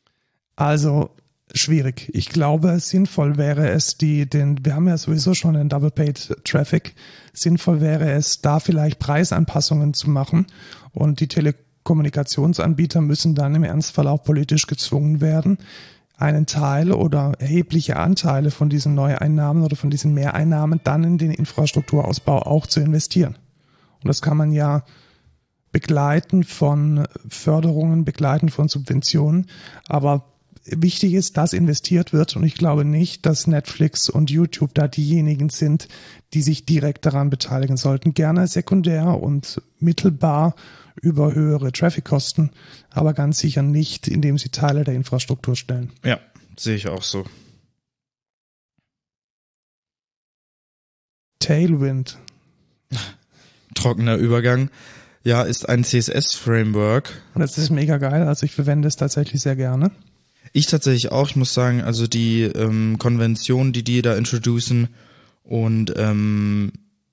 Also schwierig. Ich glaube, sinnvoll wäre es, die, den, wir haben ja sowieso schon den Double Paid Traffic, sinnvoll wäre es, da vielleicht Preisanpassungen zu machen und die Telekommunikationsanbieter müssen dann im Ernstfall auch politisch gezwungen werden, einen Teil oder erhebliche Anteile von diesen Neueinnahmen oder von diesen Mehreinnahmen dann in den Infrastrukturausbau auch zu investieren. Und das kann man ja begleiten von Förderungen, begleiten von Subventionen, aber wichtig ist, dass investiert wird und ich glaube nicht, dass Netflix und YouTube da diejenigen sind, die sich direkt daran beteiligen sollten. Gerne sekundär und mittelbar über höhere Traffickosten, aber ganz sicher nicht, indem sie Teile der Infrastruktur stellen. Ja, sehe ich auch so. Tailwind. Trockener Übergang. Ja, ist ein C S S-Framework. Und das ist mega geil, also ich verwende es tatsächlich sehr gerne. Ich tatsächlich auch, ich muss sagen, also die ähm, Konvention, die die da introducen und ähm,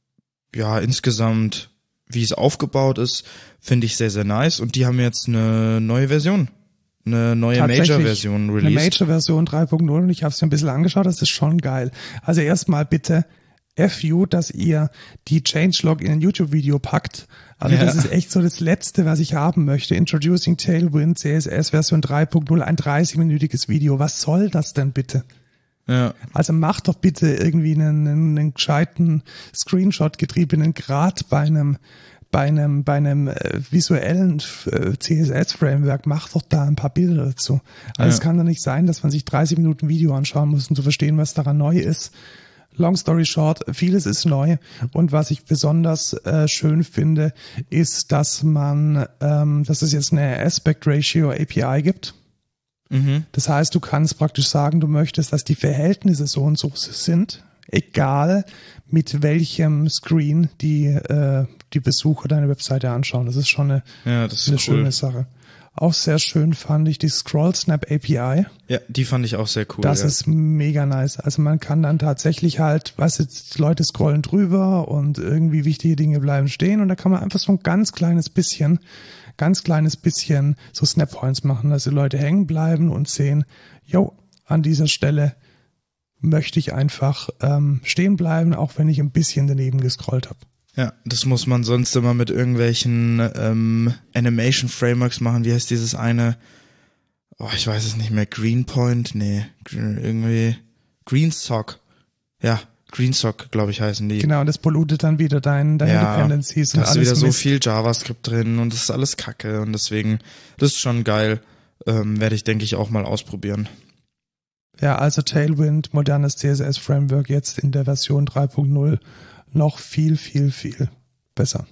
ja, insgesamt, wie es aufgebaut ist, finde ich sehr, sehr nice. Und die haben jetzt eine neue Version, eine neue Major-Version released. Eine Major-Version drei Punkt null und ich habe es mir ein bisschen angeschaut, das ist schon geil. Also erstmal bitte F you, dass ihr die Changelog in ein YouTube-Video packt. Also ja. Das ist echt so das Letzte, was ich haben möchte. Introducing Tailwind C S S Version drei Punkt null, ein dreißig-minütiges Video. Was soll das denn bitte? Ja. Also macht doch bitte irgendwie einen, einen gescheiten Screenshot-getriebenen Grad bei einem bei einem bei einem äh, visuellen äh, C S S-Framework. Macht doch da ein paar Bilder dazu. Also ja. Es kann doch nicht sein, dass man sich dreißig Minuten Video anschauen muss, um zu verstehen, was daran neu ist. Long story short, vieles ist neu und was ich besonders äh, schön finde, ist, dass man, ähm, dass es jetzt eine Aspect Ratio A P I gibt. Mhm. Das heißt, du kannst praktisch sagen, du möchtest, dass die Verhältnisse so und so sind, egal mit welchem Screen die äh, die Besucher deine Webseite anschauen. Das ist schon eine, ja, das ist eine cool. schöne Sache. Auch sehr schön fand ich die ScrollSnap A P I. Ja, die fand ich auch sehr cool. Das ja. ist mega nice. Also man kann dann tatsächlich halt, was jetzt, die Leute scrollen drüber und irgendwie wichtige Dinge bleiben stehen und da kann man einfach so ein ganz kleines bisschen, ganz kleines bisschen so Snap-Points machen, dass die Leute hängen bleiben und sehen, jo, an dieser Stelle möchte ich einfach ähm, stehen bleiben, auch wenn ich ein bisschen daneben gescrollt habe. Ja, das muss man sonst immer mit irgendwelchen ähm, Animation Frameworks machen. Wie heißt dieses eine? Oh, ich weiß es nicht mehr. Greenpoint? Nee, irgendwie Greensock. Ja, Greensock, glaube ich, heißen die. Genau, und das pollutet dann wieder dein, deine ja, Dependencies. Da ist wieder so Mist. viel JavaScript drin und das ist alles Kacke und deswegen, das ist schon geil. Ähm, werde ich, denke ich, auch mal ausprobieren. Ja, also Tailwind, modernes C S S-Framework jetzt in der Version drei Punkt null. Noch viel, viel, viel besser.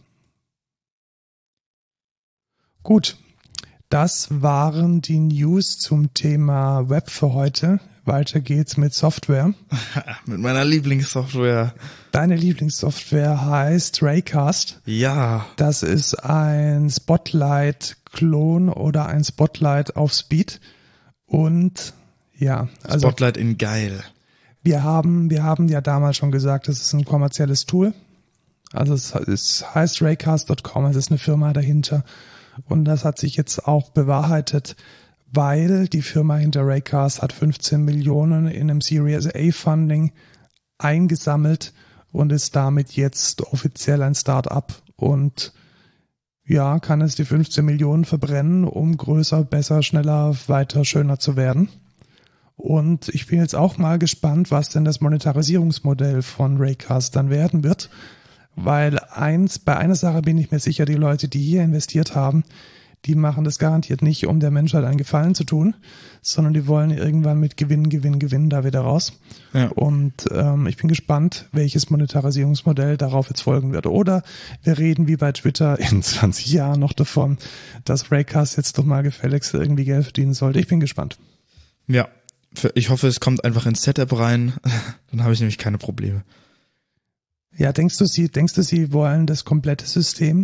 Gut, das waren die News zum Thema Web für heute. Weiter geht's mit Software. Mit meiner Lieblingssoftware. Deine Lieblingssoftware heißt Raycast. Ja. Das ist ein Spotlight-Klon oder ein Spotlight auf Speed. Und ja, also Spotlight in geil. Wir haben, wir haben ja damals schon gesagt, das ist ein kommerzielles Tool. Also es, es heißt Raycast Punkt com, es ist eine Firma dahinter. Und das hat sich jetzt auch bewahrheitet, weil die Firma hinter Raycast hat fünfzehn Millionen in einem Series A Funding eingesammelt und ist damit jetzt offiziell ein Start-up und ja, kann es die fünfzehn Millionen verbrennen, um größer, besser, schneller, weiter, schöner zu werden. Und ich bin jetzt auch mal gespannt, was denn das Monetarisierungsmodell von Raycast dann werden wird, weil eins, bei einer Sache bin ich mir sicher, die Leute, die hier investiert haben, die machen das garantiert nicht, um der Menschheit einen Gefallen zu tun, sondern die wollen irgendwann mit Gewinn, Gewinn, Gewinn da wieder raus. Ja. Und ähm, ich bin gespannt, welches Monetarisierungsmodell darauf jetzt folgen wird. Oder wir reden wie bei Twitter in zwanzig Jahren noch davon, dass Raycast jetzt doch mal gefälligst irgendwie Geld verdienen sollte. Ich bin gespannt. Ja. Ich hoffe, es kommt einfach ins Setup rein, dann habe ich nämlich keine Probleme. Ja, denkst du, sie, denkst du, sie wollen das komplette System?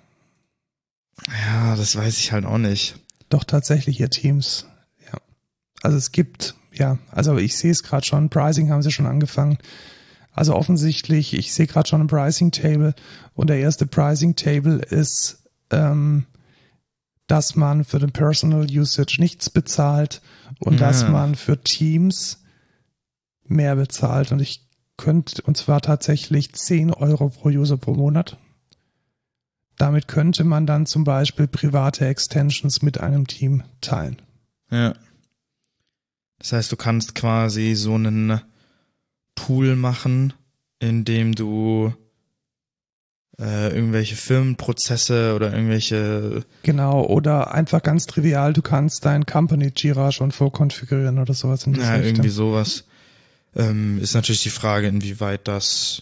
Ja, das weiß ich halt auch nicht. Doch tatsächlich ihr Teams. Ja. Also es gibt, ja, also ich sehe es gerade schon, Pricing haben sie schon angefangen. Also offensichtlich, ich sehe gerade schon ein Pricing Table und der erste Pricing Table ist, ähm, dass man für den Personal Usage nichts bezahlt und ja. dass man für Teams mehr bezahlt. Und ich könnte, und zwar tatsächlich zehn Euro pro User pro Monat. Damit könnte man dann zum Beispiel private Extensions mit einem Team teilen. Ja. Das heißt, du kannst quasi so einen Pool machen, in dem du äh, irgendwelche Firmenprozesse oder irgendwelche... Genau, oder einfach ganz trivial, du kannst dein Company Jira schon vorkonfigurieren oder sowas in diese Ja, Richtung. Irgendwie sowas. Ähm, ist natürlich die Frage, inwieweit das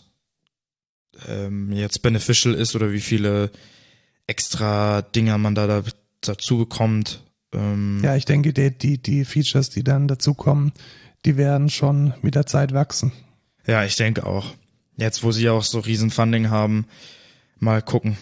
ähm, jetzt beneficial ist oder wie viele extra Dinger man da, da dazu bekommt. Ähm, ja, ich denke, die, die, die Features, die dann dazukommen, die werden schon mit der Zeit wachsen. Ja, ich denke auch. Jetzt, wo sie auch so riesen Funding haben, mal gucken.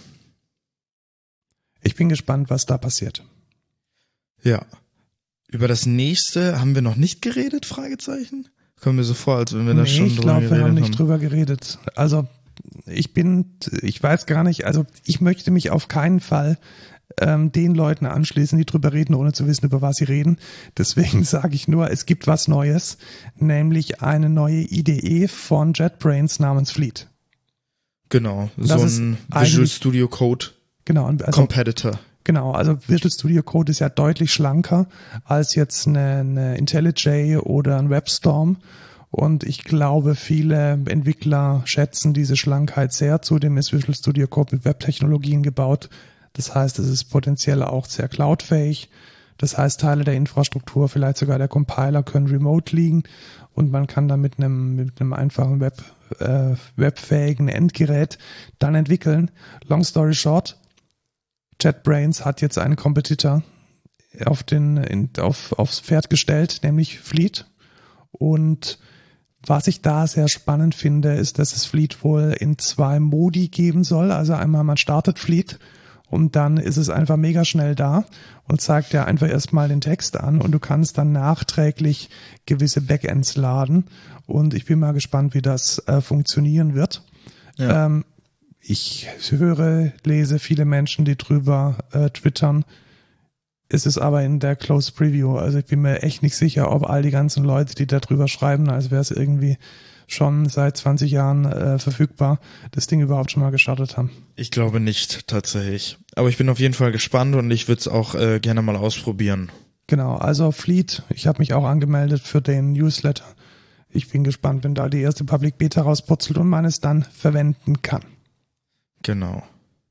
Ich bin gespannt, was da passiert. Ja. Über das nächste haben wir noch nicht geredet, Fragezeichen? Kommen mir so vor, als wenn wir nee, da schon ich drüber glaub, geredet haben. Ich glaube, wir haben nicht drüber geredet. Also ich bin, ich weiß gar nicht, also ich möchte mich auf keinen Fall ähm, den Leuten anschließen, die drüber reden, ohne zu wissen, über was sie reden. Deswegen sage ich nur, es gibt was Neues, nämlich eine neue I D E von JetBrains namens Fleet. Genau, so ein Visual Studio Code genau, also, Competitor. Genau, also Visual Studio Code ist ja deutlich schlanker als jetzt eine, eine IntelliJ oder ein WebStorm. Und ich glaube, viele Entwickler schätzen diese Schlankheit sehr. Zudem ist Visual Studio Code mit Webtechnologien gebaut. Das heißt, es ist potenziell auch sehr cloudfähig. Das heißt, Teile der Infrastruktur, vielleicht sogar der Compiler, können remote liegen und man kann dann mit einem, mit einem einfachen Web, äh, webfähigen Endgerät dann entwickeln. Long story short, JetBrains hat jetzt einen Competitor auf den, in, auf, aufs Pferd gestellt, nämlich Fleet. Und was ich da sehr spannend finde, ist, dass es Fleet wohl in zwei Modi geben soll. Also einmal man startet Fleet und dann ist es einfach mega schnell da und zeigt dir einfach erstmal den Text an und du kannst dann nachträglich gewisse Backends laden. Und ich bin mal gespannt, wie das äh, funktionieren wird. Ja. Ähm, ich höre, lese viele Menschen, die drüber äh, twittern. Es ist aber in der Closed Preview, also ich bin mir echt nicht sicher, ob all die ganzen Leute, die da drüber schreiben, als wäre es irgendwie schon seit zwanzig Jahren äh, verfügbar, das Ding überhaupt schon mal gestartet haben. Ich glaube nicht, tatsächlich. Aber ich bin auf jeden Fall gespannt und ich würde es auch äh, gerne mal ausprobieren. Genau, also Fleet, ich habe mich auch angemeldet für den Newsletter. Ich bin gespannt, wenn da die erste Public Beta rausputzelt und man es dann verwenden kann. Genau.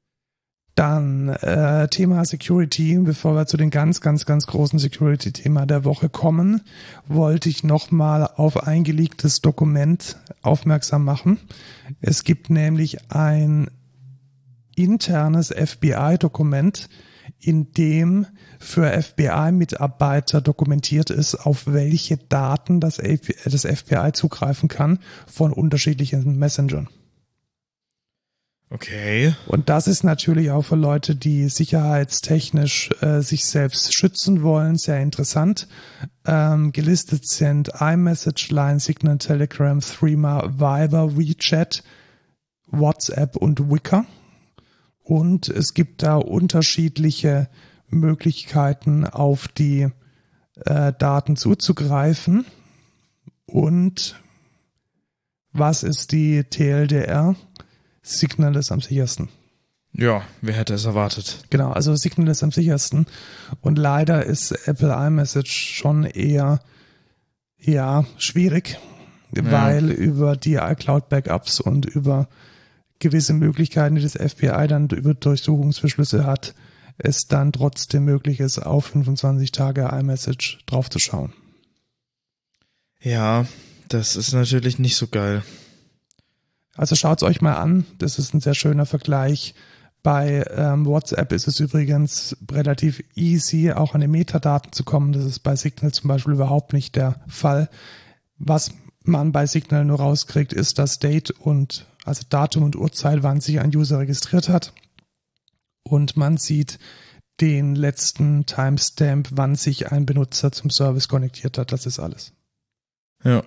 Dann äh, Thema Security, bevor wir zu den ganz, ganz, ganz großen Security-Thema der Woche kommen, wollte ich nochmal auf ein geleaktes Dokument aufmerksam machen. Es gibt nämlich ein internes F B I-Dokument, in dem für F B I-Mitarbeiter dokumentiert ist, auf welche Daten das, das F B I zugreifen kann von unterschiedlichen Messengern. Okay. Und das ist natürlich auch für Leute, die sicherheitstechnisch äh, sich selbst schützen wollen, sehr interessant. Ähm, gelistet sind iMessage, Line, Signal, Telegram, Threema, Viber, WeChat, WhatsApp und Wickr. Und es gibt da unterschiedliche Möglichkeiten, auf die äh, Daten zuzugreifen. Und was ist die T L D R? Signal ist am sichersten. Ja, wer hätte es erwartet? Genau, also Signal ist am sichersten. Und leider ist Apple iMessage schon eher, ja, schwierig, ja. Weil über die iCloud-Backups und über gewisse Möglichkeiten, die das F B I dann über Durchsuchungsbeschlüsse hat, es dann trotzdem möglich ist, auf fünfundzwanzig Tage iMessage draufzuschauen. Ja, das ist natürlich nicht so geil. Also schaut's euch mal an, das ist ein sehr schöner Vergleich. Bei ähm, WhatsApp ist es übrigens relativ easy, auch an die Metadaten zu kommen. Das ist bei Signal zum Beispiel überhaupt nicht der Fall. Was man bei Signal nur rauskriegt, ist das Date und also Datum und Uhrzeit, wann sich ein User registriert hat. Und man sieht den letzten Timestamp, wann sich ein Benutzer zum Service konnektiert hat. Das ist alles. Ja.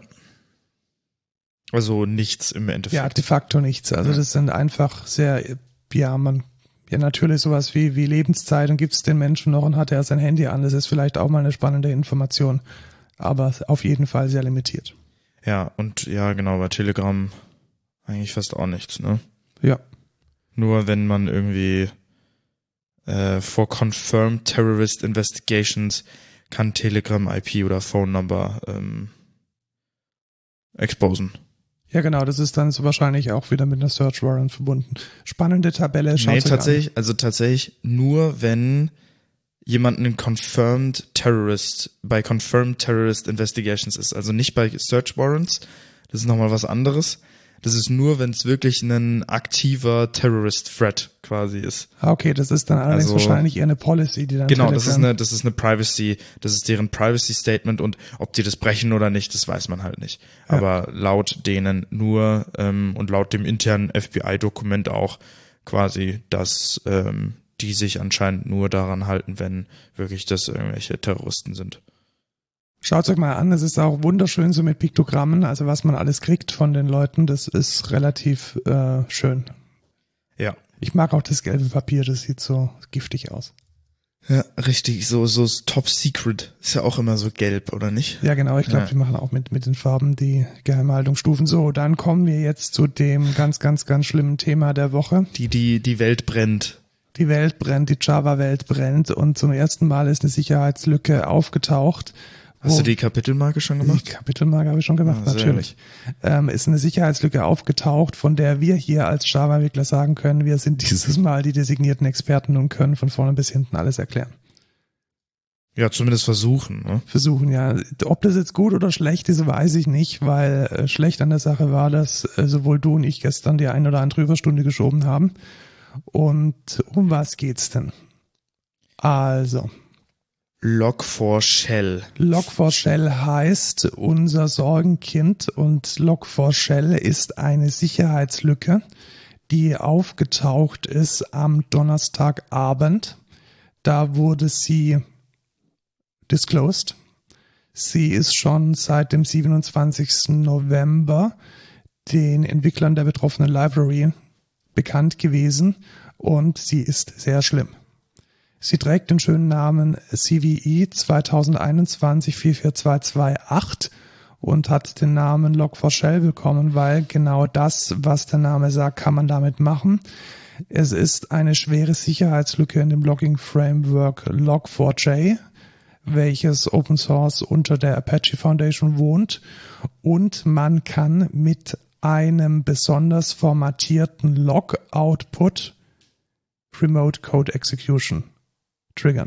Also nichts im Endeffekt. Ja, de facto nichts. Also das sind einfach sehr, ja, man, ja natürlich sowas wie, wie Lebenszeit und gibt es den Menschen noch und hat er sein Handy an. Das ist vielleicht auch mal eine spannende Information, aber auf jeden Fall sehr limitiert. Ja, und ja, genau, bei Telegram eigentlich fast auch nichts, ne? Ja. Nur wenn man irgendwie äh, for confirmed terrorist investigations kann Telegram I P oder Phone Number ähm, exposen. Ja, genau, das ist dann so wahrscheinlich auch wieder mit einer Search Warrant verbunden. Spannende Tabelle. Nee, tatsächlich, an. also tatsächlich nur, wenn jemand ein Confirmed Terrorist, bei Confirmed Terrorist Investigations ist. Also nicht bei Search Warrants. Das ist nochmal was anderes. Das ist nur, wenn es wirklich ein aktiver Terrorist-Threat quasi ist. Ah, okay, das ist dann allerdings also, wahrscheinlich eher eine Policy, die dann Genau, das ist eine, das ist eine Privacy, das ist deren Privacy-Statement und ob die das brechen oder nicht, das weiß man halt nicht. Ja. Aber laut denen nur ähm, und laut dem internen F B I-Dokument auch quasi, dass ähm, die sich anscheinend nur daran halten, wenn wirklich das irgendwelche Terroristen sind. Schaut euch mal an, es ist auch wunderschön so mit Piktogrammen, also was man alles kriegt von den Leuten, das ist relativ äh, schön. Ja. Ich mag auch das gelbe Papier, das sieht so giftig aus. Ja, richtig, so so Top Secret ist ja auch immer so gelb, oder nicht? Ja, genau, ich glaube, ja. die machen auch mit mit den Farben die Geheimhaltungsstufen. So, dann kommen wir jetzt zu dem ganz, ganz, ganz schlimmen Thema der Woche. Die, die, die Welt brennt. Die Welt brennt, die Java-Welt brennt und zum ersten Mal ist eine Sicherheitslücke aufgetaucht. Hast du die Kapitelmarke schon gemacht? Die Kapitelmarke habe ich schon gemacht, ah, natürlich. Ähm, ist eine Sicherheitslücke aufgetaucht, von der wir hier als Java-Entwickler sagen können, wir sind dieses Mal die designierten Experten und können von vorne bis hinten alles erklären. Ja, zumindest versuchen. Ne? Versuchen, ja. Ob das jetzt gut oder schlecht ist, weiß ich nicht, weil äh, schlecht an der Sache war, dass äh, sowohl du und ich gestern die ein oder andere Überstunde geschoben haben. Und um was geht's denn? Also... Log four Shell. Log four Shell heißt unser Sorgenkind und Log four Shell ist eine Sicherheitslücke, die aufgetaucht ist am Donnerstagabend. Da wurde sie disclosed. Sie ist schon seit dem siebenundzwanzigsten November den Entwicklern der betroffenen Library bekannt gewesen und sie ist sehr schlimm. Sie trägt den schönen Namen C V E zwanzig einundzwanzig vier vier zwei zwei acht und hat den Namen Log four Shell bekommen, weil genau das, was der Name sagt, kann man damit machen. Es ist eine schwere Sicherheitslücke in dem Logging-Framework Log four j, welches Open Source unter der Apache Foundation wohnt, und man kann mit einem besonders formatierten Log-Output Remote Code Execution triggern.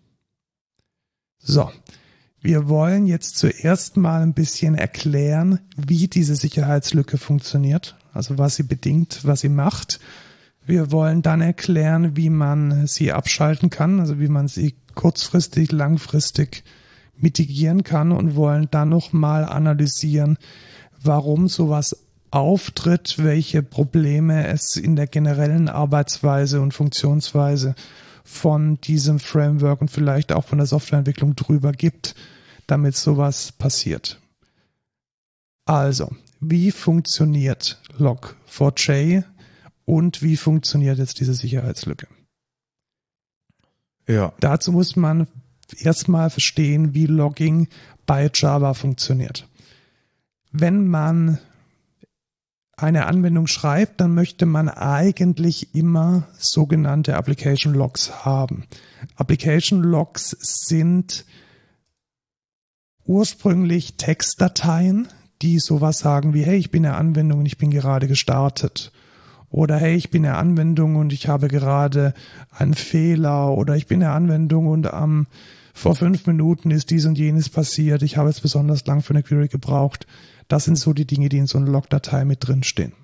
So, wir wollen jetzt zuerst mal ein bisschen erklären, wie diese Sicherheitslücke funktioniert, also was sie bedingt, was sie macht. Wir wollen dann erklären, wie man sie abschalten kann, also wie man sie kurzfristig, langfristig mitigieren kann und wollen dann nochmal analysieren, warum sowas auftritt, welche Probleme es in der generellen Arbeitsweise und Funktionsweise von diesem Framework und vielleicht auch von der Softwareentwicklung drüber gibt, damit sowas passiert. Also, wie funktioniert Log four j und wie funktioniert jetzt diese Sicherheitslücke? Ja. Dazu muss man erstmal verstehen, wie Logging bei Java funktioniert. Wenn man eine Anwendung schreibt, dann möchte man eigentlich immer sogenannte Application Logs haben. Application Logs sind ursprünglich Textdateien, die sowas sagen wie, hey, ich bin eine Anwendung und ich bin gerade gestartet. Oder hey, ich bin eine Anwendung und ich habe gerade einen Fehler. Oder ich bin eine Anwendung und am vor fünf Minuten ist dies und jenes passiert. Ich habe jetzt besonders lang für eine Query gebraucht. Das sind so die Dinge, die in so einer Logdatei mit drin stehen.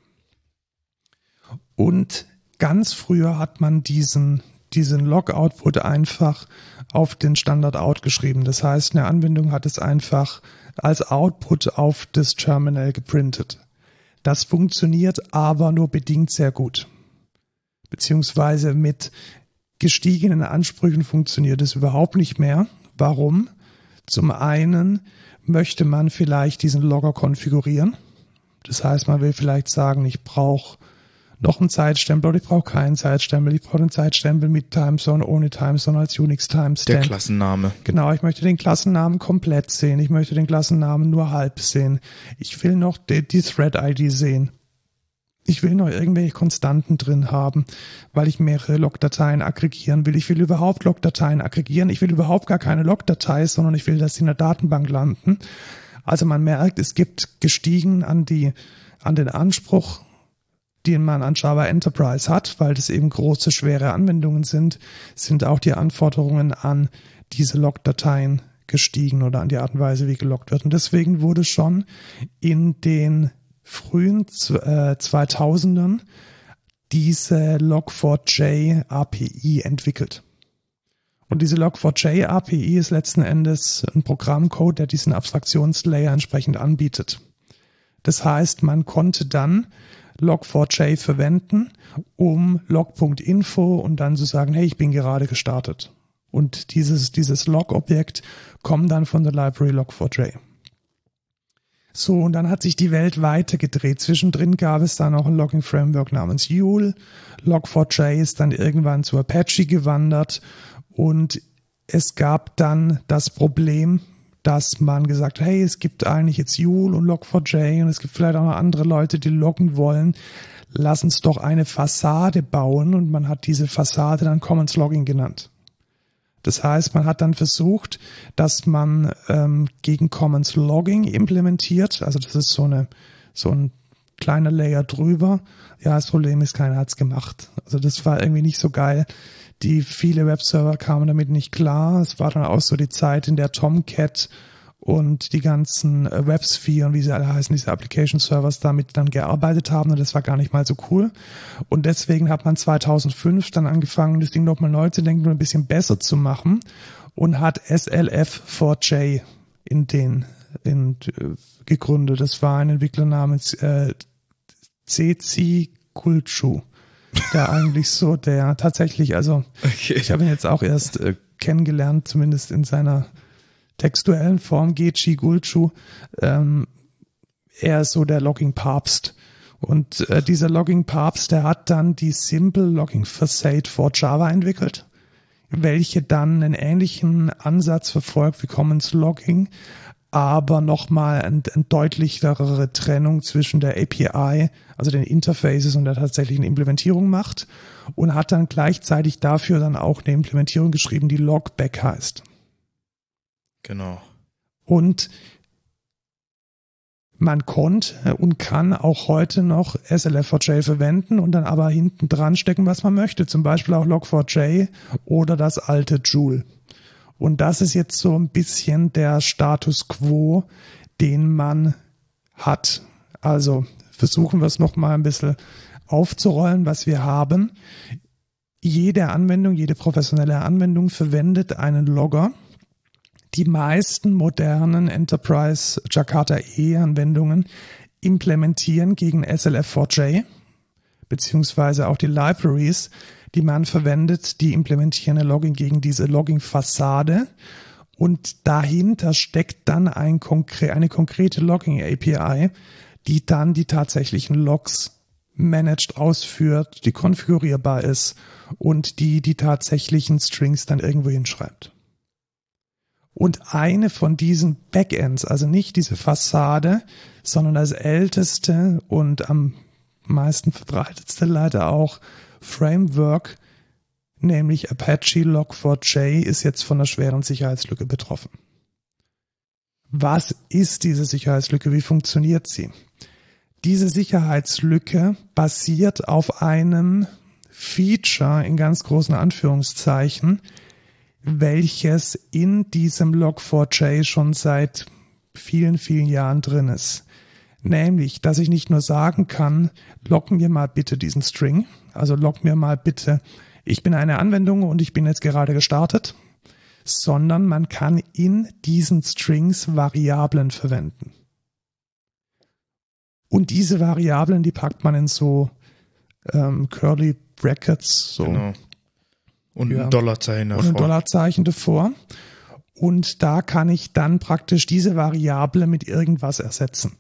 Und ganz früher hat man diesen, diesen Log-Output einfach auf den Standard-Out geschrieben. Das heißt, eine Anwendung hat es einfach als Output auf das Terminal geprintet. Das funktioniert aber nur bedingt sehr gut. Beziehungsweise mit gestiegenen Ansprüchen funktioniert es überhaupt nicht mehr. Warum? Zum einen möchte man vielleicht diesen Logger konfigurieren. Das heißt, man will vielleicht sagen, ich brauche noch einen Zeitstempel oder ich brauche keinen Zeitstempel. Ich brauche einen Zeitstempel mit Timezone, ohne Timezone als Unix-Timestamp. Der Klassenname. Genau, ich möchte den Klassennamen komplett sehen. Ich möchte den Klassennamen nur halb sehen. Ich will noch die, die Thread-I D sehen. Ich will noch irgendwelche Konstanten drin haben, weil ich mehrere Logdateien aggregieren will. Ich will überhaupt Logdateien aggregieren. Ich will überhaupt gar keine Logdatei, sondern ich will, dass sie in der Datenbank landen. Also man merkt, es gibt gestiegen an die an den Anspruch, den man an Java Enterprise hat, weil das eben große, schwere Anwendungen sind, sind auch die Anforderungen an diese Logdateien gestiegen oder an die Art und Weise, wie geloggt wird. Und deswegen wurde schon in den frühen zweitausendern diese log four j A P I entwickelt. Und diese log four j A P I ist letzten Endes ein Programmcode, der diesen Abstraktionslayer entsprechend anbietet. Das heißt, man konnte dann log four j verwenden, um log.info und dann zu sagen, hey, ich bin gerade gestartet. Und dieses, dieses Log-Objekt kommt dann von der Library log four j. So, und dann hat sich die Welt weitergedreht. Zwischendrin gab es dann auch ein Logging-Framework namens Yule. log four j ist dann irgendwann zu Apache gewandert und es gab dann das Problem, dass man gesagt hat, hey, es gibt eigentlich jetzt Yule und log four j und es gibt vielleicht auch noch andere Leute, die loggen wollen. Lass uns doch eine Fassade bauen und man hat diese Fassade dann Commons Logging genannt. Das heißt, man hat dann versucht, dass man ähm, gegen Commons Logging implementiert. Also das ist so eine so ein kleiner Layer drüber. Ja, das Problem ist, keiner hat's gemacht. Also das war irgendwie nicht so geil. Die viele Webserver kamen damit nicht klar. Es war dann auch so die Zeit, in der Tomcat und die ganzen WebSphere und wie sie alle heißen, diese Application Servers damit dann gearbeitet haben und das war gar nicht mal so cool. Und deswegen hat man zweitausendfünf dann angefangen, das Ding nochmal neu zu denken und ein bisschen besser zu machen und hat S L F four j in den in, äh, gegründet. Das war ein Entwickler namens äh, Ceci Kulchu, der eigentlich so der tatsächlich, also okay. Ich habe ihn jetzt auch erst äh, kennengelernt, zumindest in seiner textuellen Form, Geci Gulchu, ähm, er ist so der Logging-Papst. Und äh, dieser Logging-Papst, der hat dann die Simple Logging Facade for Java entwickelt, welche dann einen ähnlichen Ansatz verfolgt wie Commons Logging, aber nochmal eine ein deutlichere Trennung zwischen der A P I, also den Interfaces und der tatsächlichen Implementierung macht und hat dann gleichzeitig dafür dann auch eine Implementierung geschrieben, die Logback heißt. Genau. Und man konnte und kann auch heute noch S L F four j verwenden und dann aber hinten dran stecken, was man möchte. Zum Beispiel auch log four j oder das alte Joule. Und das ist jetzt so ein bisschen der Status quo, den man hat. Also versuchen wir es nochmal ein bisschen aufzurollen, was wir haben. Jede Anwendung, jede professionelle Anwendung verwendet einen Logger. Die meisten modernen Enterprise Jakarta E-Anwendungen implementieren gegen S L F four j, beziehungsweise auch die Libraries, die man verwendet, die implementieren eine Logging gegen diese Logging-Fassade und dahinter steckt dann ein konkre- eine konkrete Logging-A P I, die dann die tatsächlichen Logs managed ausführt, die konfigurierbar ist und die die tatsächlichen Strings dann irgendwo hinschreibt. Und eine von diesen Backends, also nicht diese Fassade, sondern das älteste und am meisten verbreitetste leider auch Framework, nämlich Apache log four j, ist jetzt von einer schweren Sicherheitslücke betroffen. Was ist diese Sicherheitslücke? Wie funktioniert sie? Diese Sicherheitslücke basiert auf einem Feature in ganz großen Anführungszeichen, welches in diesem log four j schon seit vielen, vielen Jahren drin ist. Nämlich, dass ich nicht nur sagen kann, log mir mal bitte diesen String, also log mir mal bitte, ich bin eine Anwendung und ich bin jetzt gerade gestartet, sondern man kann in diesen Strings Variablen verwenden. Und diese Variablen, die packt man in so ähm, Curly Brackets, so. Genau. Und ja, ein Dollarzeichen davor. Und ein Dollarzeichen davor. Und da kann ich dann praktisch diese Variable mit irgendwas ersetzen.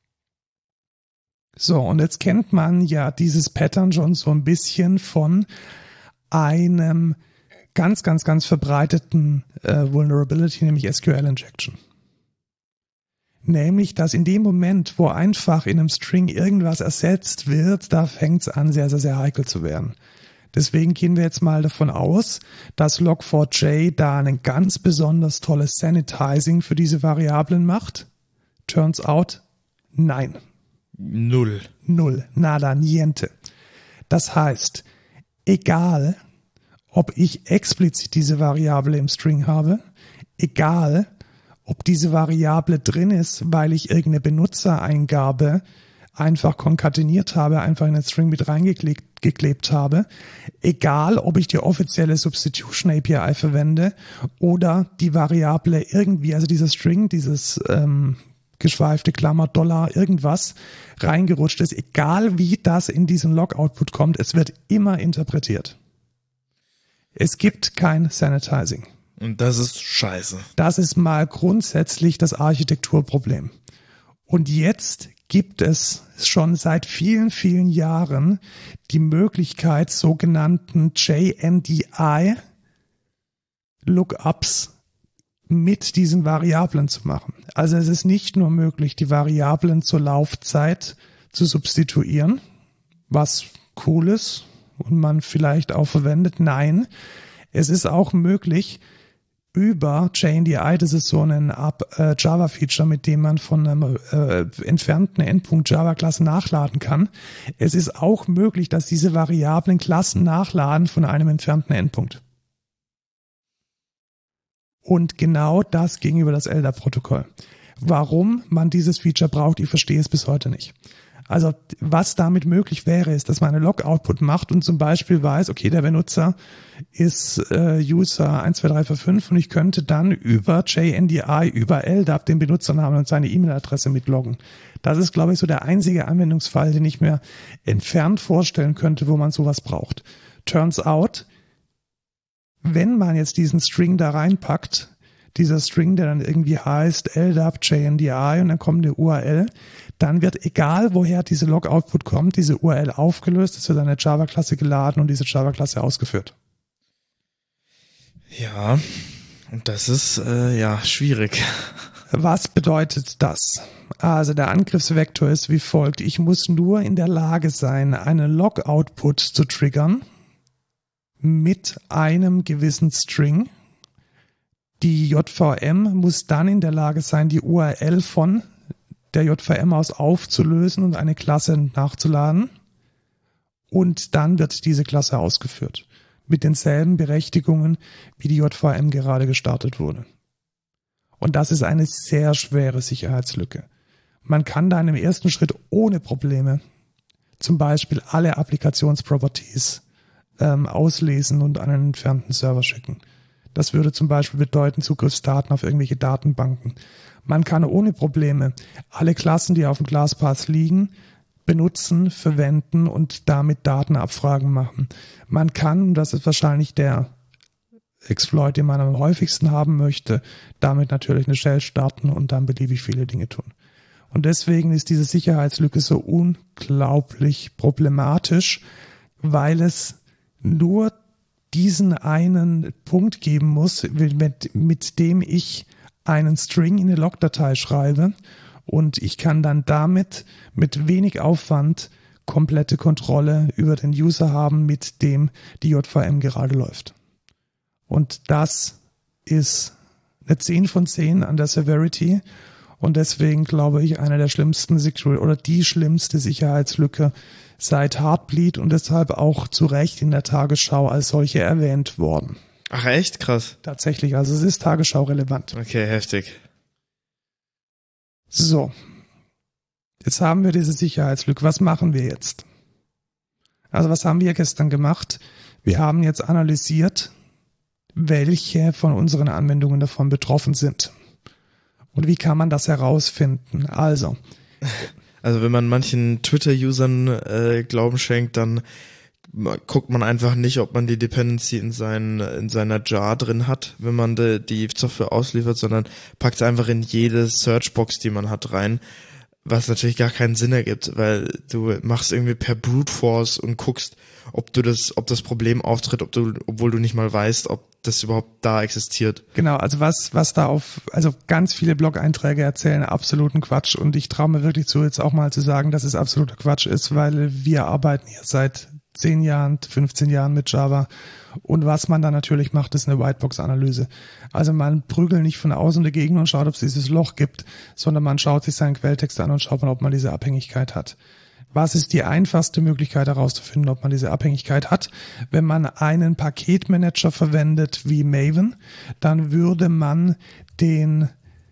So, und jetzt kennt man ja dieses Pattern schon so ein bisschen von einem ganz, ganz, ganz verbreiteten äh, Vulnerability, nämlich S Q L-Injection. Nämlich, dass in dem Moment, wo einfach in einem String irgendwas ersetzt wird, da fängt es an, sehr, sehr, sehr heikel zu werden. Deswegen gehen wir jetzt mal davon aus, dass log four j da ein ganz besonders tolles Sanitizing für diese Variablen macht. Turns out, nein. Null. Null. Nada, niente. Das heißt, egal, ob ich explizit diese Variable im String habe, egal, ob diese Variable drin ist, weil ich irgendeine Benutzereingabe einfach konkateniert habe, einfach in den String mit reingeklebt geklebt habe, egal, ob ich die offizielle Substitution A P I verwende oder die Variable irgendwie, also dieser String, dieses ähm, geschweifte Klammer, Dollar, irgendwas reingerutscht ist, egal wie das in diesen Log-Output kommt, es wird immer interpretiert. Es gibt kein Sanitizing. Und das ist scheiße. Das ist mal grundsätzlich das Architekturproblem. Und jetzt gibt es schon seit vielen, vielen Jahren die Möglichkeit, sogenannten J N D I-Lookups mit diesen Variablen zu machen. Also es ist nicht nur möglich, die Variablen zur Laufzeit zu substituieren, was cool ist und man vielleicht auch verwendet. Nein, es ist auch möglich, über J N D I, das ist so ein äh, Java-Feature, mit dem man von einem äh, entfernten Endpunkt Java-Klassen nachladen kann. Es ist auch möglich, dass diese Variablen Klassen nachladen von einem entfernten Endpunkt. Und genau das ging über das L D A P-Protokoll. Warum man dieses Feature braucht, ich verstehe es bis heute nicht. Also was damit möglich wäre, ist, dass man eine Log-Output macht und zum Beispiel weiß, okay, der Benutzer ist äh, User eins zwei drei vier fünf und ich könnte dann über J N D I, über L D A P den Benutzernamen und seine E-Mail-Adresse mitloggen. Das ist, glaube ich, so der einzige Anwendungsfall, den ich mir entfernt vorstellen könnte, wo man sowas braucht. Turns out, wenn man jetzt diesen String da reinpackt, dieser String, der dann irgendwie heißt L D A P, J N D I und dann kommt eine U R L, dann wird, egal woher diese Log-Output kommt, diese U R L aufgelöst, es wird eine Java-Klasse geladen und diese Java-Klasse ausgeführt. Ja, und das ist äh, ja schwierig. Was bedeutet das? Also der Angriffsvektor ist wie folgt. Ich muss nur in der Lage sein, einen Log-Output zu triggern mit einem gewissen String. Die J V M muss dann in der Lage sein, die U R L von der J V M aus aufzulösen und eine Klasse nachzuladen. Und dann wird diese Klasse ausgeführt. Mit denselben Berechtigungen, wie die J V M gerade gestartet wurde. Und das ist eine sehr schwere Sicherheitslücke. Man kann da in einem ersten Schritt ohne Probleme zum Beispiel alle Applikationsproperties ähm, auslesen und an einen entfernten Server schicken. Das würde zum Beispiel bedeuten Zugriffsdaten auf irgendwelche Datenbanken. Man kann ohne Probleme alle Klassen, die auf dem ClassPath liegen, benutzen, verwenden und damit Datenabfragen machen. Man kann, und das ist wahrscheinlich der Exploit, den man am häufigsten haben möchte, damit natürlich eine Shell starten und dann beliebig viele Dinge tun. Und deswegen ist diese Sicherheitslücke so unglaublich problematisch, weil es nur diesen einen Punkt geben muss, mit, mit dem ich einen String in eine Logdatei schreibe und ich kann dann damit mit wenig Aufwand komplette Kontrolle über den User haben, mit dem die J V M gerade läuft. Und das ist eine zehn von zehn an der Severity und deswegen glaube ich eine der schlimmsten Security oder die schlimmste Sicherheitslücke seit Heartbleed und deshalb auch zu Recht in der Tagesschau als solche erwähnt worden. Ach echt? Krass. Tatsächlich, also es ist Tagesschau relevant. Okay, heftig. So, jetzt haben wir diese Sicherheitslücke. Was machen wir jetzt? Also was haben wir gestern gemacht? Wir haben jetzt analysiert, welche von unseren Anwendungen davon betroffen sind. Und wie kann man das herausfinden? Also, Also wenn man manchen Twitter-Usern äh, Glauben schenkt, dann guckt man einfach nicht, ob man die Dependency in, seinen, in seiner Jar drin hat, wenn man de, die Software ausliefert, sondern packt es einfach in jede Searchbox, die man hat, rein, was natürlich gar keinen Sinn ergibt, weil du machst irgendwie per Brute Force und guckst, ob du das, ob das Problem auftritt, ob du, obwohl du nicht mal weißt, ob das überhaupt da existiert. Genau, also was, was da auf, also ganz viele Blog-Einträge erzählen absoluten Quatsch und ich traue mir wirklich zu, jetzt auch mal zu sagen, dass es absoluter Quatsch ist, weil wir arbeiten hier seit zehn Jahren, fünfzehn Jahren mit Java. Und was man dann natürlich macht, ist eine Whitebox-Analyse. Also man prügelt nicht von außen dagegen und schaut, ob es dieses Loch gibt, sondern man schaut sich seinen Quelltext an und schaut mal, ob man diese Abhängigkeit hat. Was ist die einfachste Möglichkeit herauszufinden, ob man diese Abhängigkeit hat? Wenn man einen Paketmanager verwendet wie Maven, dann würde man den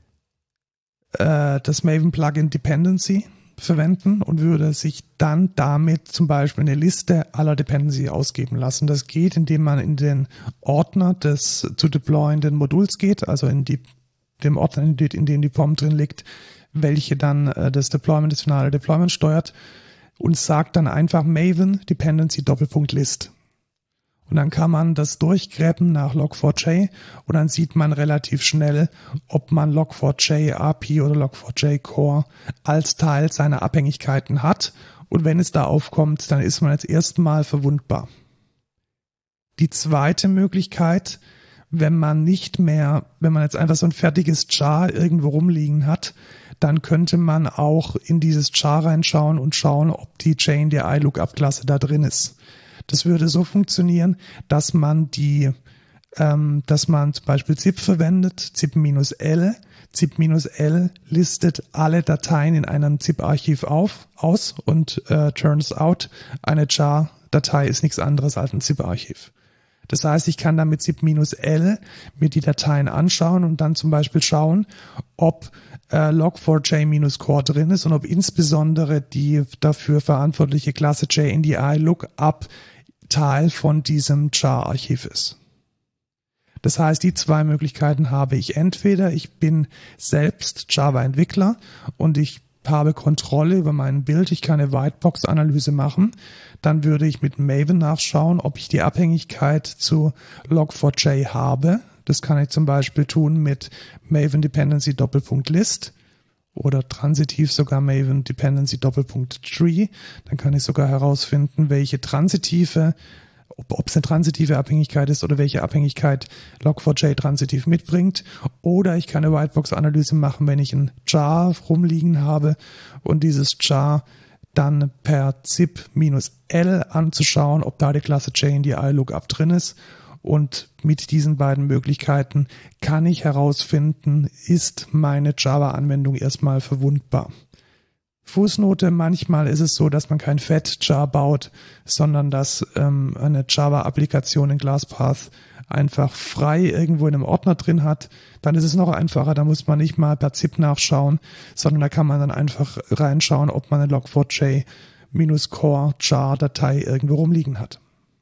äh, das Maven Plugin Dependency verwenden und würde sich dann damit zum Beispiel eine Liste aller Dependency ausgeben lassen. Das geht, indem man in den Ordner des zu deployenden Moduls geht, also in die, dem Ordner, in dem die P O M drin liegt, welche dann äh, das Deployment, das finale Deployment steuert, und sagt dann einfach Maven Dependency Doppelpunkt List. Und dann kann man das durchgräben nach log four j und dann sieht man relativ schnell, ob man log four j A P I oder log four j Core als Teil seiner Abhängigkeiten hat. Und wenn es da aufkommt, dann ist man jetzt erstmal verwundbar. Die zweite Möglichkeit, wenn man nicht mehr, wenn man jetzt einfach so ein fertiges Jar irgendwo rumliegen hat, dann könnte man auch in dieses Jar reinschauen und schauen, ob die J in der iLookup-Klasse da drin ist. Das würde so funktionieren, dass man die, ähm, dass man zum Beispiel zip verwendet, zip-l. zip-l listet alle Dateien in einem zip-Archiv auf, aus und äh, turns out, eine Jar-Datei ist nichts anderes als ein zip-Archiv. Das heißt, ich kann dann mit zip-l mir die Dateien anschauen und dann zum Beispiel schauen, ob äh, log four j Core drin ist und ob insbesondere die dafür verantwortliche Klasse J in die iLookup Teil von diesem Jar-Archiv ist. Das heißt, die zwei Möglichkeiten habe ich. Entweder ich bin selbst Java-Entwickler und ich habe Kontrolle über mein Bild, ich kann eine Whitebox-Analyse machen, dann würde ich mit Maven nachschauen, ob ich die Abhängigkeit zu log four j habe. Das kann ich zum Beispiel tun mit Maven Dependency Doppelpunkt List oder transitiv sogar Maven Dependency Doppelpunkt Tree. Dann kann ich sogar herausfinden, welche transitive, ob, ob es eine transitive Abhängigkeit ist oder welche Abhängigkeit log four j transitiv mitbringt. Oder ich kann eine Whitebox-Analyse machen, wenn ich ein Jar rumliegen habe und dieses Jar dann per zip-l anzuschauen, ob da die Klasse J in die iLookup drin ist. Und mit diesen beiden Möglichkeiten kann ich herausfinden, ist meine Java-Anwendung erstmal verwundbar. Fußnote, manchmal ist es so, dass man kein Fat-Jar baut, sondern dass ähm, eine Java-Applikation in GlassPath einfach frei irgendwo in einem Ordner drin hat. Dann ist es noch einfacher, da muss man nicht mal per zip nachschauen, sondern da kann man dann einfach reinschauen, ob man eine log four j Core Jar-Datei irgendwo rumliegen hat.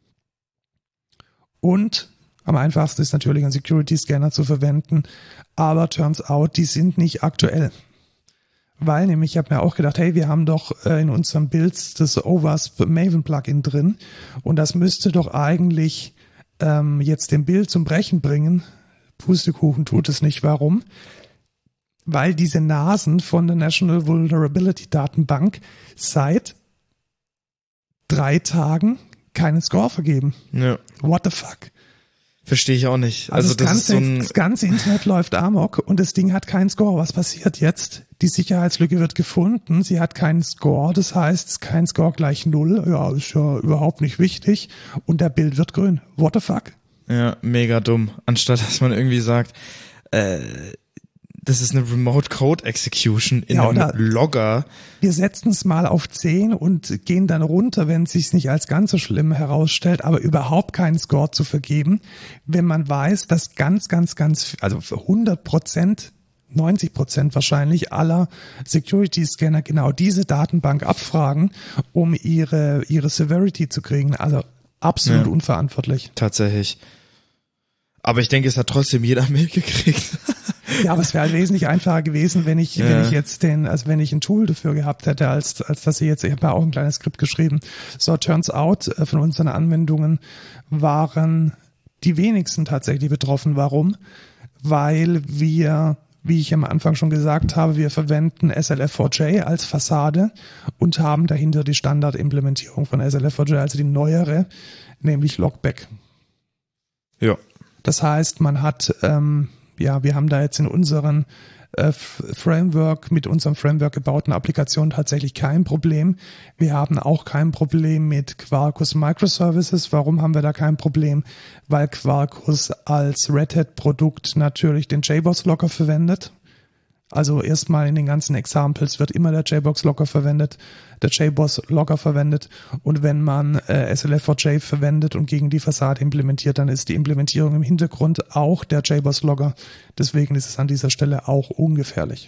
Und am einfachsten ist natürlich ein Security-Scanner zu verwenden, aber turns out, die sind nicht aktuell. Weil nämlich, ich habe mir auch gedacht, hey, wir haben doch äh, in unserem Build das O WASP Maven Plugin drin und das müsste doch eigentlich ähm, jetzt den Build zum Brechen bringen. Pustekuchen tut es nicht. Warum? Weil diese Nasen von der National Vulnerability Datenbank seit drei Tagen keinen Score vergeben. Ja. What the fuck? Verstehe ich auch nicht. Also, also das, das, ganze, ist so ein das ganze Internet läuft amok und das Ding hat keinen Score. Was passiert jetzt? Die Sicherheitslücke wird gefunden, sie hat keinen Score, das heißt, kein Score gleich null. Ja, ist ja überhaupt nicht wichtig und der Bild wird grün. What the fuck? Ja, mega dumm. Anstatt dass man irgendwie sagt, äh, das ist eine Remote Code Execution in ja, einem Logger. Wir setzen es mal auf zehn und gehen dann runter, wenn es sich nicht als ganz so schlimm herausstellt, aber überhaupt keinen Score zu vergeben, wenn man weiß, dass ganz, ganz, ganz, also für hundert Prozent, neunzig Prozent wahrscheinlich aller Security-Scanner genau diese Datenbank abfragen, um ihre, ihre Severity zu kriegen. Also absolut ja, unverantwortlich. Tatsächlich. Aber ich denke, es hat trotzdem jeder mitgekriegt. Ja, aber es wäre halt wesentlich einfacher gewesen, wenn ich, ja. wenn ich jetzt den, also wenn ich ein Tool dafür gehabt hätte, als, als dass ich jetzt, ich habe ja auch ein kleines Skript geschrieben. So, turns out, von unseren Anwendungen waren die wenigsten tatsächlich betroffen. Warum? Weil wir, wie ich am Anfang schon gesagt habe, wir verwenden S L F four j als Fassade und haben dahinter die Standardimplementierung von S L F four j, also die neuere, nämlich Logback. Ja. Das heißt, man hat, ähm, ja, wir haben da jetzt in unseren äh, Framework, mit unserem Framework gebauten Applikationen tatsächlich kein Problem. Wir haben auch kein Problem mit Quarkus Microservices. Warum haben wir da kein Problem? Weil Quarkus als Red Hat Produkt natürlich den J BOSS Locker verwendet. Also erstmal in den ganzen Examples wird immer der J BOSS Locker verwendet, der J BOSS Locker verwendet, und wenn man äh, S L F four j verwendet und gegen die Fassade implementiert, dann ist die Implementierung im Hintergrund auch der J BOSS Logger. Deswegen ist es an dieser Stelle auch ungefährlich.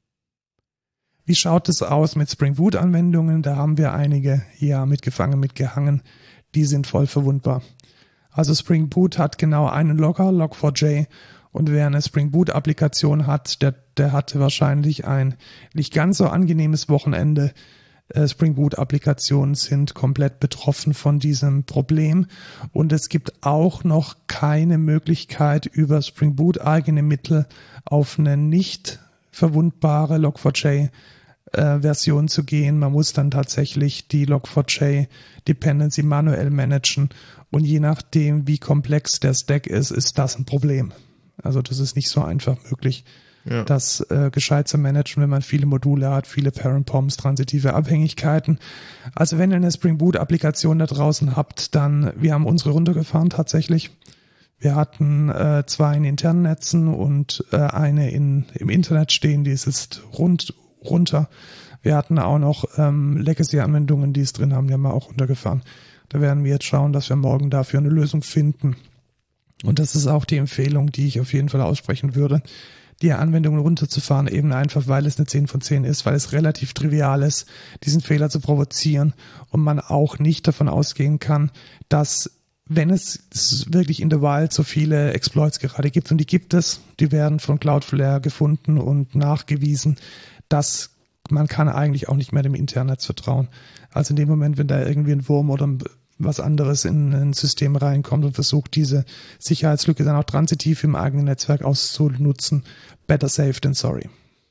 Wie schaut es aus mit Spring Boot Anwendungen? Da haben wir einige hier mitgefangen, mitgehangen. Die sind voll verwundbar. Also Spring Boot hat genau einen Logger, log four j. Und wer eine Spring Boot Applikation hat, der, der hatte wahrscheinlich ein nicht ganz so angenehmes Wochenende. Äh, Spring Boot Applikationen sind komplett betroffen von diesem Problem. Und es gibt auch noch keine Möglichkeit, über Spring Boot eigene Mittel auf eine nicht verwundbare log four j äh, Version zu gehen. Man muss dann tatsächlich die log four j Dependency manuell managen. Und je nachdem, wie komplex der Stack ist, ist das ein Problem. Also das ist nicht so einfach möglich, ja. das äh, gescheit zu managen, wenn man viele Module hat, viele Parent-Poms, transitive Abhängigkeiten. Also wenn ihr eine Spring Boot-Applikation da draußen habt, dann, wir haben unsere runtergefahren tatsächlich. Wir hatten äh, zwei in internen Netzen und äh, eine in im Internet stehen, die ist jetzt rund, runter. Wir hatten auch noch ähm, Legacy-Anwendungen, die es drin haben, die haben wir auch runtergefahren. Da werden wir jetzt schauen, dass wir morgen dafür eine Lösung finden. Und das ist auch die Empfehlung, die ich auf jeden Fall aussprechen würde, die Anwendungen runterzufahren, eben einfach, weil es eine zehn von zehn ist, weil es relativ trivial ist, diesen Fehler zu provozieren und man auch nicht davon ausgehen kann, dass, wenn es wirklich in der Wild so viele Exploits gerade gibt, und die gibt es, die werden von Cloudflare gefunden und nachgewiesen, dass man kann eigentlich auch nicht mehr dem Internet vertrauen. Also in dem Moment, wenn da irgendwie ein Wurm oder ein was anderes in ein System reinkommt und versucht, diese Sicherheitslücke dann auch transitiv im eigenen Netzwerk auszunutzen. Better safe than sorry.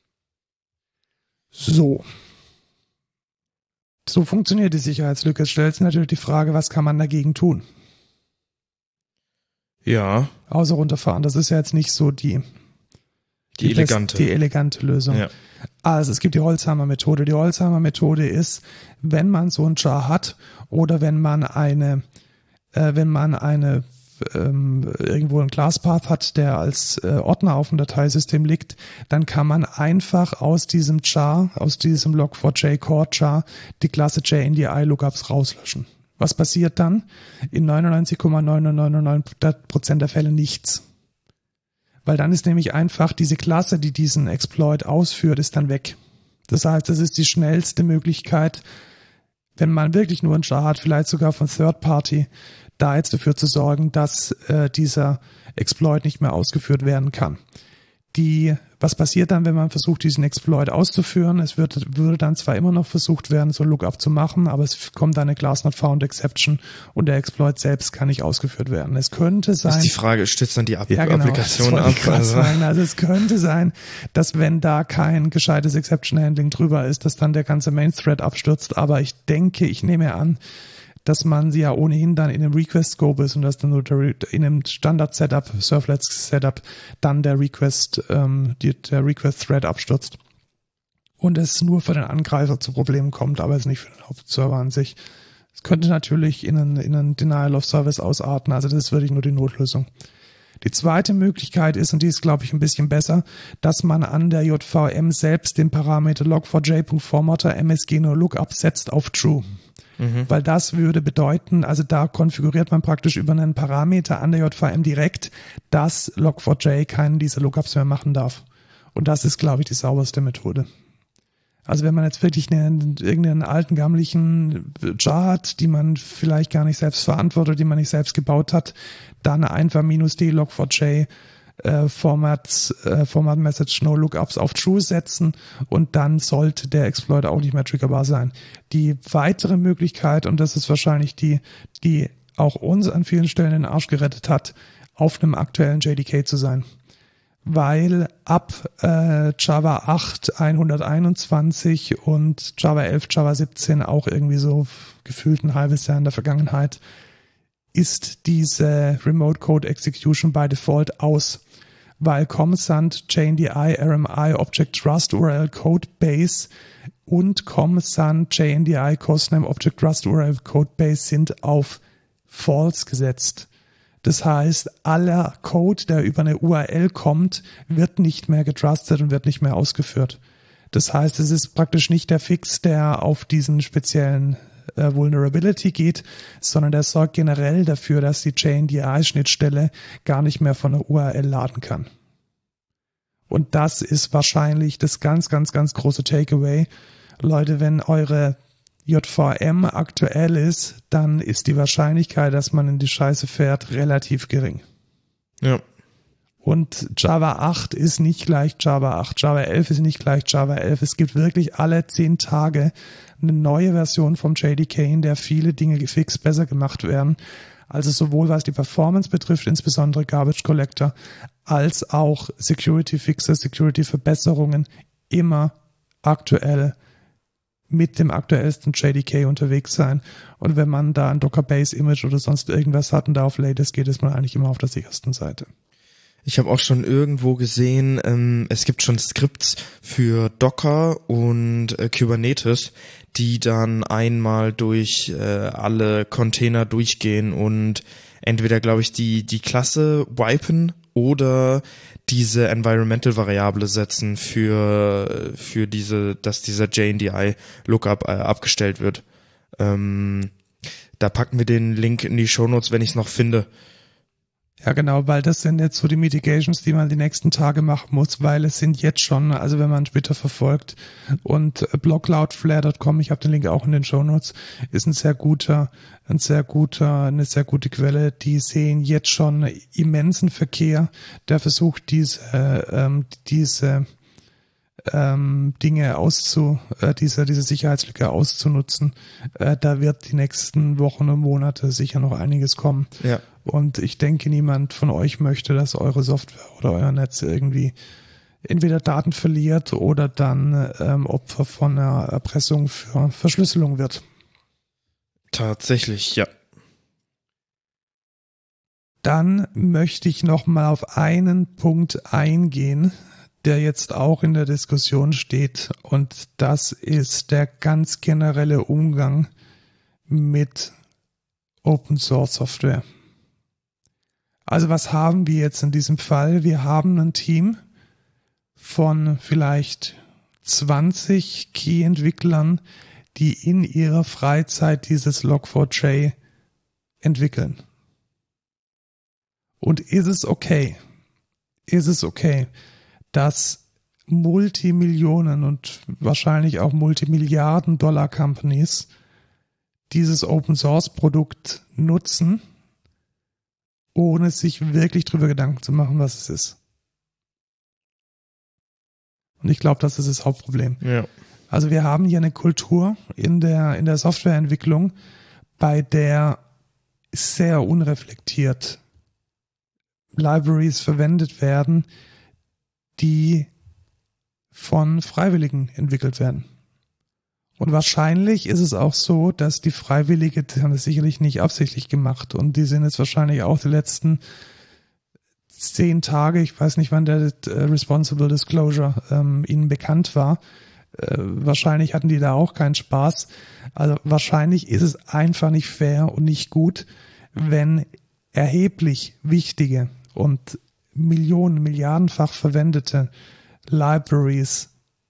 So. So funktioniert die Sicherheitslücke. Es stellt sich natürlich die Frage, was kann man dagegen tun? Ja. Außer runterfahren. Das ist ja jetzt nicht so die Die, die elegante. Die elegante Lösung. Ja. Also es gibt die Holzhammer-Methode. Die Holzhammer-Methode ist, wenn man so ein Jar hat oder wenn man eine, äh, wenn man eine ähm, irgendwo einen Classpath hat, der als äh, Ordner auf dem Dateisystem liegt, dann kann man einfach aus diesem Jar, aus diesem log four j Core Jar die Klasse J in die I-Lookups rauslöschen. Was passiert dann? In neunundneunzig Komma neun neun neun Prozent der Fälle nichts. Weil dann ist nämlich einfach diese Klasse, die diesen Exploit ausführt, ist dann weg. Das heißt, das ist die schnellste Möglichkeit, wenn man wirklich nur einen Jar hat, vielleicht sogar von Third Party, da jetzt dafür zu sorgen, dass äh, dieser Exploit nicht mehr ausgeführt werden kann. Die, was passiert dann, wenn man versucht, diesen Exploit auszuführen? Es wird, würde dann zwar immer noch versucht werden, so Lookup zu machen, aber es kommt eine Class Not Found Exception und der Exploit selbst kann nicht ausgeführt werden. Es könnte sein... Ist die Frage, stützt dann die App- ja, genau, Applikation ab? Also. Sagen. also es könnte sein, dass wenn da kein gescheites Exception Handling drüber ist, dass dann der ganze Main Thread abstürzt, aber ich denke, ich nehme an, dass man sie ja ohnehin dann in einem Request-Scope ist und dass dann nur der, in einem Standard-Setup, Servlet-Setup, dann der Request, ähm, die, der Request-Thread abstürzt. Und es nur für den Angreifer zu Problemen kommt, aber es nicht für den Hauptserver an sich. Es könnte natürlich in einen, in einen Denial of Service ausarten, also das ist wirklich nur die Notlösung. Die zweite Möglichkeit ist, und die ist, glaube ich, ein bisschen besser, dass man an der J V M selbst den Parameter log four j.formatter msg no lookup setzt auf True. Mhm. Weil das würde bedeuten, also da konfiguriert man praktisch über einen Parameter an der J V M direkt, dass log four j keinen dieser Lookups mehr machen darf. Und das ist, glaube ich, die sauberste Methode. Also wenn man jetzt wirklich einen, irgendeinen alten, gammlichen Jar hat, die man vielleicht gar nicht selbst verantwortet, die man nicht selbst gebaut hat, dann einfach minus d log four j äh, Format, äh, Format Message No Lookups auf True setzen und dann sollte der Exploit auch nicht mehr triggerbar sein. Die weitere Möglichkeit, und das ist wahrscheinlich die, die auch uns an vielen Stellen den Arsch gerettet hat, auf einem aktuellen J D K zu sein. Weil ab äh, Java acht hunderteinundzwanzig und Java elf, Java siebzehn auch irgendwie so gefühlt ein halbes Jahr in der Vergangenheit ist diese Remote Code Execution by Default aus. weil ComSant, J N D I, R M I, Object Trust U R L Codebase und ComSant, J N D I, Codename Object Trust U R L Codebase sind auf False gesetzt. Das heißt, aller Code, der über eine U R L kommt, wird nicht mehr getrustet und wird nicht mehr ausgeführt. Das heißt, es ist praktisch nicht der Fix, der auf diesen speziellen äh, Vulnerability geht, sondern der sorgt generell dafür, dass die J N D I-Schnittstelle gar nicht mehr von der U R L laden kann. Und das ist wahrscheinlich das ganz, ganz, ganz große Takeaway. Leute, wenn eure J V M aktuell ist, dann ist die Wahrscheinlichkeit, dass man in die Scheiße fährt, relativ gering. Ja. Und Java acht ist nicht gleich Java acht. Java elf ist nicht gleich Java elf. Es gibt wirklich alle zehn Tage eine neue Version vom J D K, in der viele Dinge gefixt besser gemacht werden. Also sowohl was die Performance betrifft, insbesondere Garbage Collector, als auch Security Fixes, Security Verbesserungen immer aktuell mit dem aktuellsten J D K unterwegs sein. Und wenn man da ein Docker Base Image oder sonst irgendwas hat und da auf Latest geht, ist man eigentlich immer auf der sichersten Seite. Ich habe auch schon irgendwo gesehen, ähm, es gibt schon Skripts für Docker und äh, Kubernetes, die dann einmal durch äh, alle Container durchgehen und entweder, glaube ich, die die Klasse wipen oder diese Environmental-Variable setzen für für diese, dass dieser J N D I-Lookup äh, abgestellt wird. Ähm, da packen wir den Link in die Shownotes, wenn ich es noch finde. Ja, genau, weil das sind jetzt so die Mitigations, die man die nächsten Tage machen muss, weil es sind jetzt schon, also wenn man Twitter verfolgt und blogcloudflare Punkt com, ich habe den Link auch in den Shownotes, ist ein sehr guter, ein sehr guter, eine sehr gute Quelle. Die sehen jetzt schon immensen Verkehr, der versucht, diese, ähm, diese ähm, Dinge auszu, äh, diese, diese Sicherheitslücke auszunutzen. Äh, da wird die nächsten Wochen und Monate sicher noch einiges kommen. Ja. Und ich denke, niemand von euch möchte, dass eure Software oder euer Netz irgendwie entweder Daten verliert oder dann ähm, Opfer von einer Erpressung für Verschlüsselung wird. Tatsächlich, ja. Dann möchte ich noch mal auf einen Punkt eingehen, der jetzt auch in der Diskussion steht, und das ist der ganz generelle Umgang mit Open Source Software. Also was haben wir jetzt in diesem Fall? Wir haben ein Team von vielleicht zwanzig Key-Entwicklern, die in ihrer Freizeit dieses log four j entwickeln. Und ist es okay, ist es okay, dass Multimillionen und wahrscheinlich auch Multimilliarden Dollar Companies dieses Open Source Produkt nutzen, ohne sich wirklich drüber Gedanken zu machen, was es ist? Und ich glaube, das ist das Hauptproblem. Ja. Also wir haben hier eine Kultur in der, in der Softwareentwicklung, bei der sehr unreflektiert Libraries verwendet werden, die von Freiwilligen entwickelt werden. Und wahrscheinlich ist es auch so, dass die Freiwillige, die haben das sicherlich nicht absichtlich gemacht, und die sind jetzt wahrscheinlich auch die letzten zehn Tage, ich weiß nicht, wann der äh, Responsible Disclosure ähm, ihnen bekannt war, äh, wahrscheinlich hatten die da auch keinen Spaß. Also wahrscheinlich ist es einfach nicht fair und nicht gut, wenn erheblich wichtige und Millionen, Milliardenfach verwendete Libraries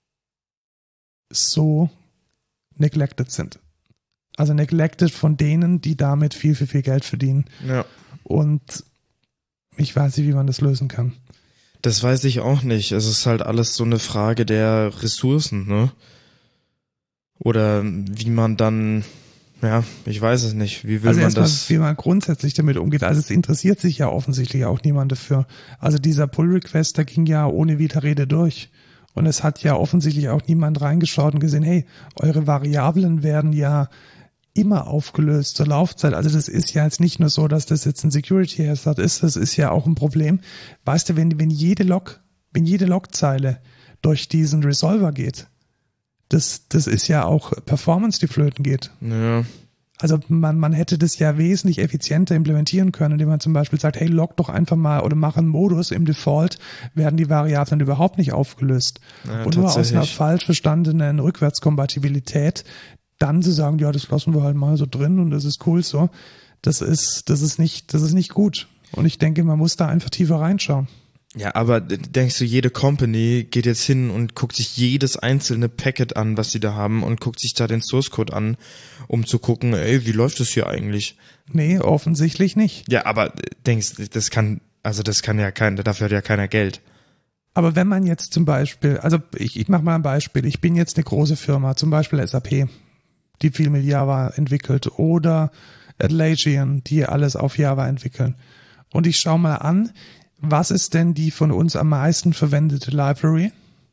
so neglected sind. Also neglected von denen, die damit viel, viel, viel Geld verdienen. Ja. Und ich weiß nicht, wie man das lösen kann. Das weiß ich auch nicht. Es ist halt alles so eine Frage der Ressourcen, ne? Oder wie man dann, ja, ich weiß es nicht. Wie will also man erstmal, das? wie man grundsätzlich damit umgeht. Also es interessiert sich ja offensichtlich auch niemand dafür. Also dieser Pull-Request, der ging ja ohne Widerrede durch. Und es hat ja offensichtlich auch niemand reingeschaut und gesehen, hey, eure Variablen werden ja immer aufgelöst zur Laufzeit. Also das ist ja jetzt nicht nur so, dass das jetzt ein Security-Hazard ist, das ist ja auch ein Problem. Weißt du, wenn, wenn jede Log, wenn jede Logzeile durch diesen Resolver geht, das, das ist ja auch Performance, die flöten geht. Ja. Also man, man hätte das ja wesentlich effizienter implementieren können, indem man zum Beispiel sagt, hey, log doch einfach mal oder mach einen Modus, im Default werden die Variablen überhaupt nicht aufgelöst. Ja, und nur aus einer falsch verstandenen Rückwärtskompatibilität dann zu sagen, ja, das lassen wir halt mal so drin und das ist cool so, das ist, das ist nicht, das ist nicht gut. Und ich denke, man muss da einfach tiefer reinschauen. Ja, aber denkst du, jede Company geht jetzt hin und guckt sich jedes einzelne Packet an, was sie da haben und guckt sich da den Source Code an, um zu gucken, ey, wie läuft das hier eigentlich? Nee, offensichtlich nicht. Ja, aber denkst, das kann, also das kann ja kein, dafür hat ja keiner Geld. Aber wenn man jetzt zum Beispiel, also ich, ich mache mal ein Beispiel, ich bin jetzt eine große Firma, zum Beispiel S A P, die viel mit Java entwickelt, oder Atlassian, die alles auf Java entwickeln. Und ich schaue mal an, was ist denn die von uns am meisten verwendete Library?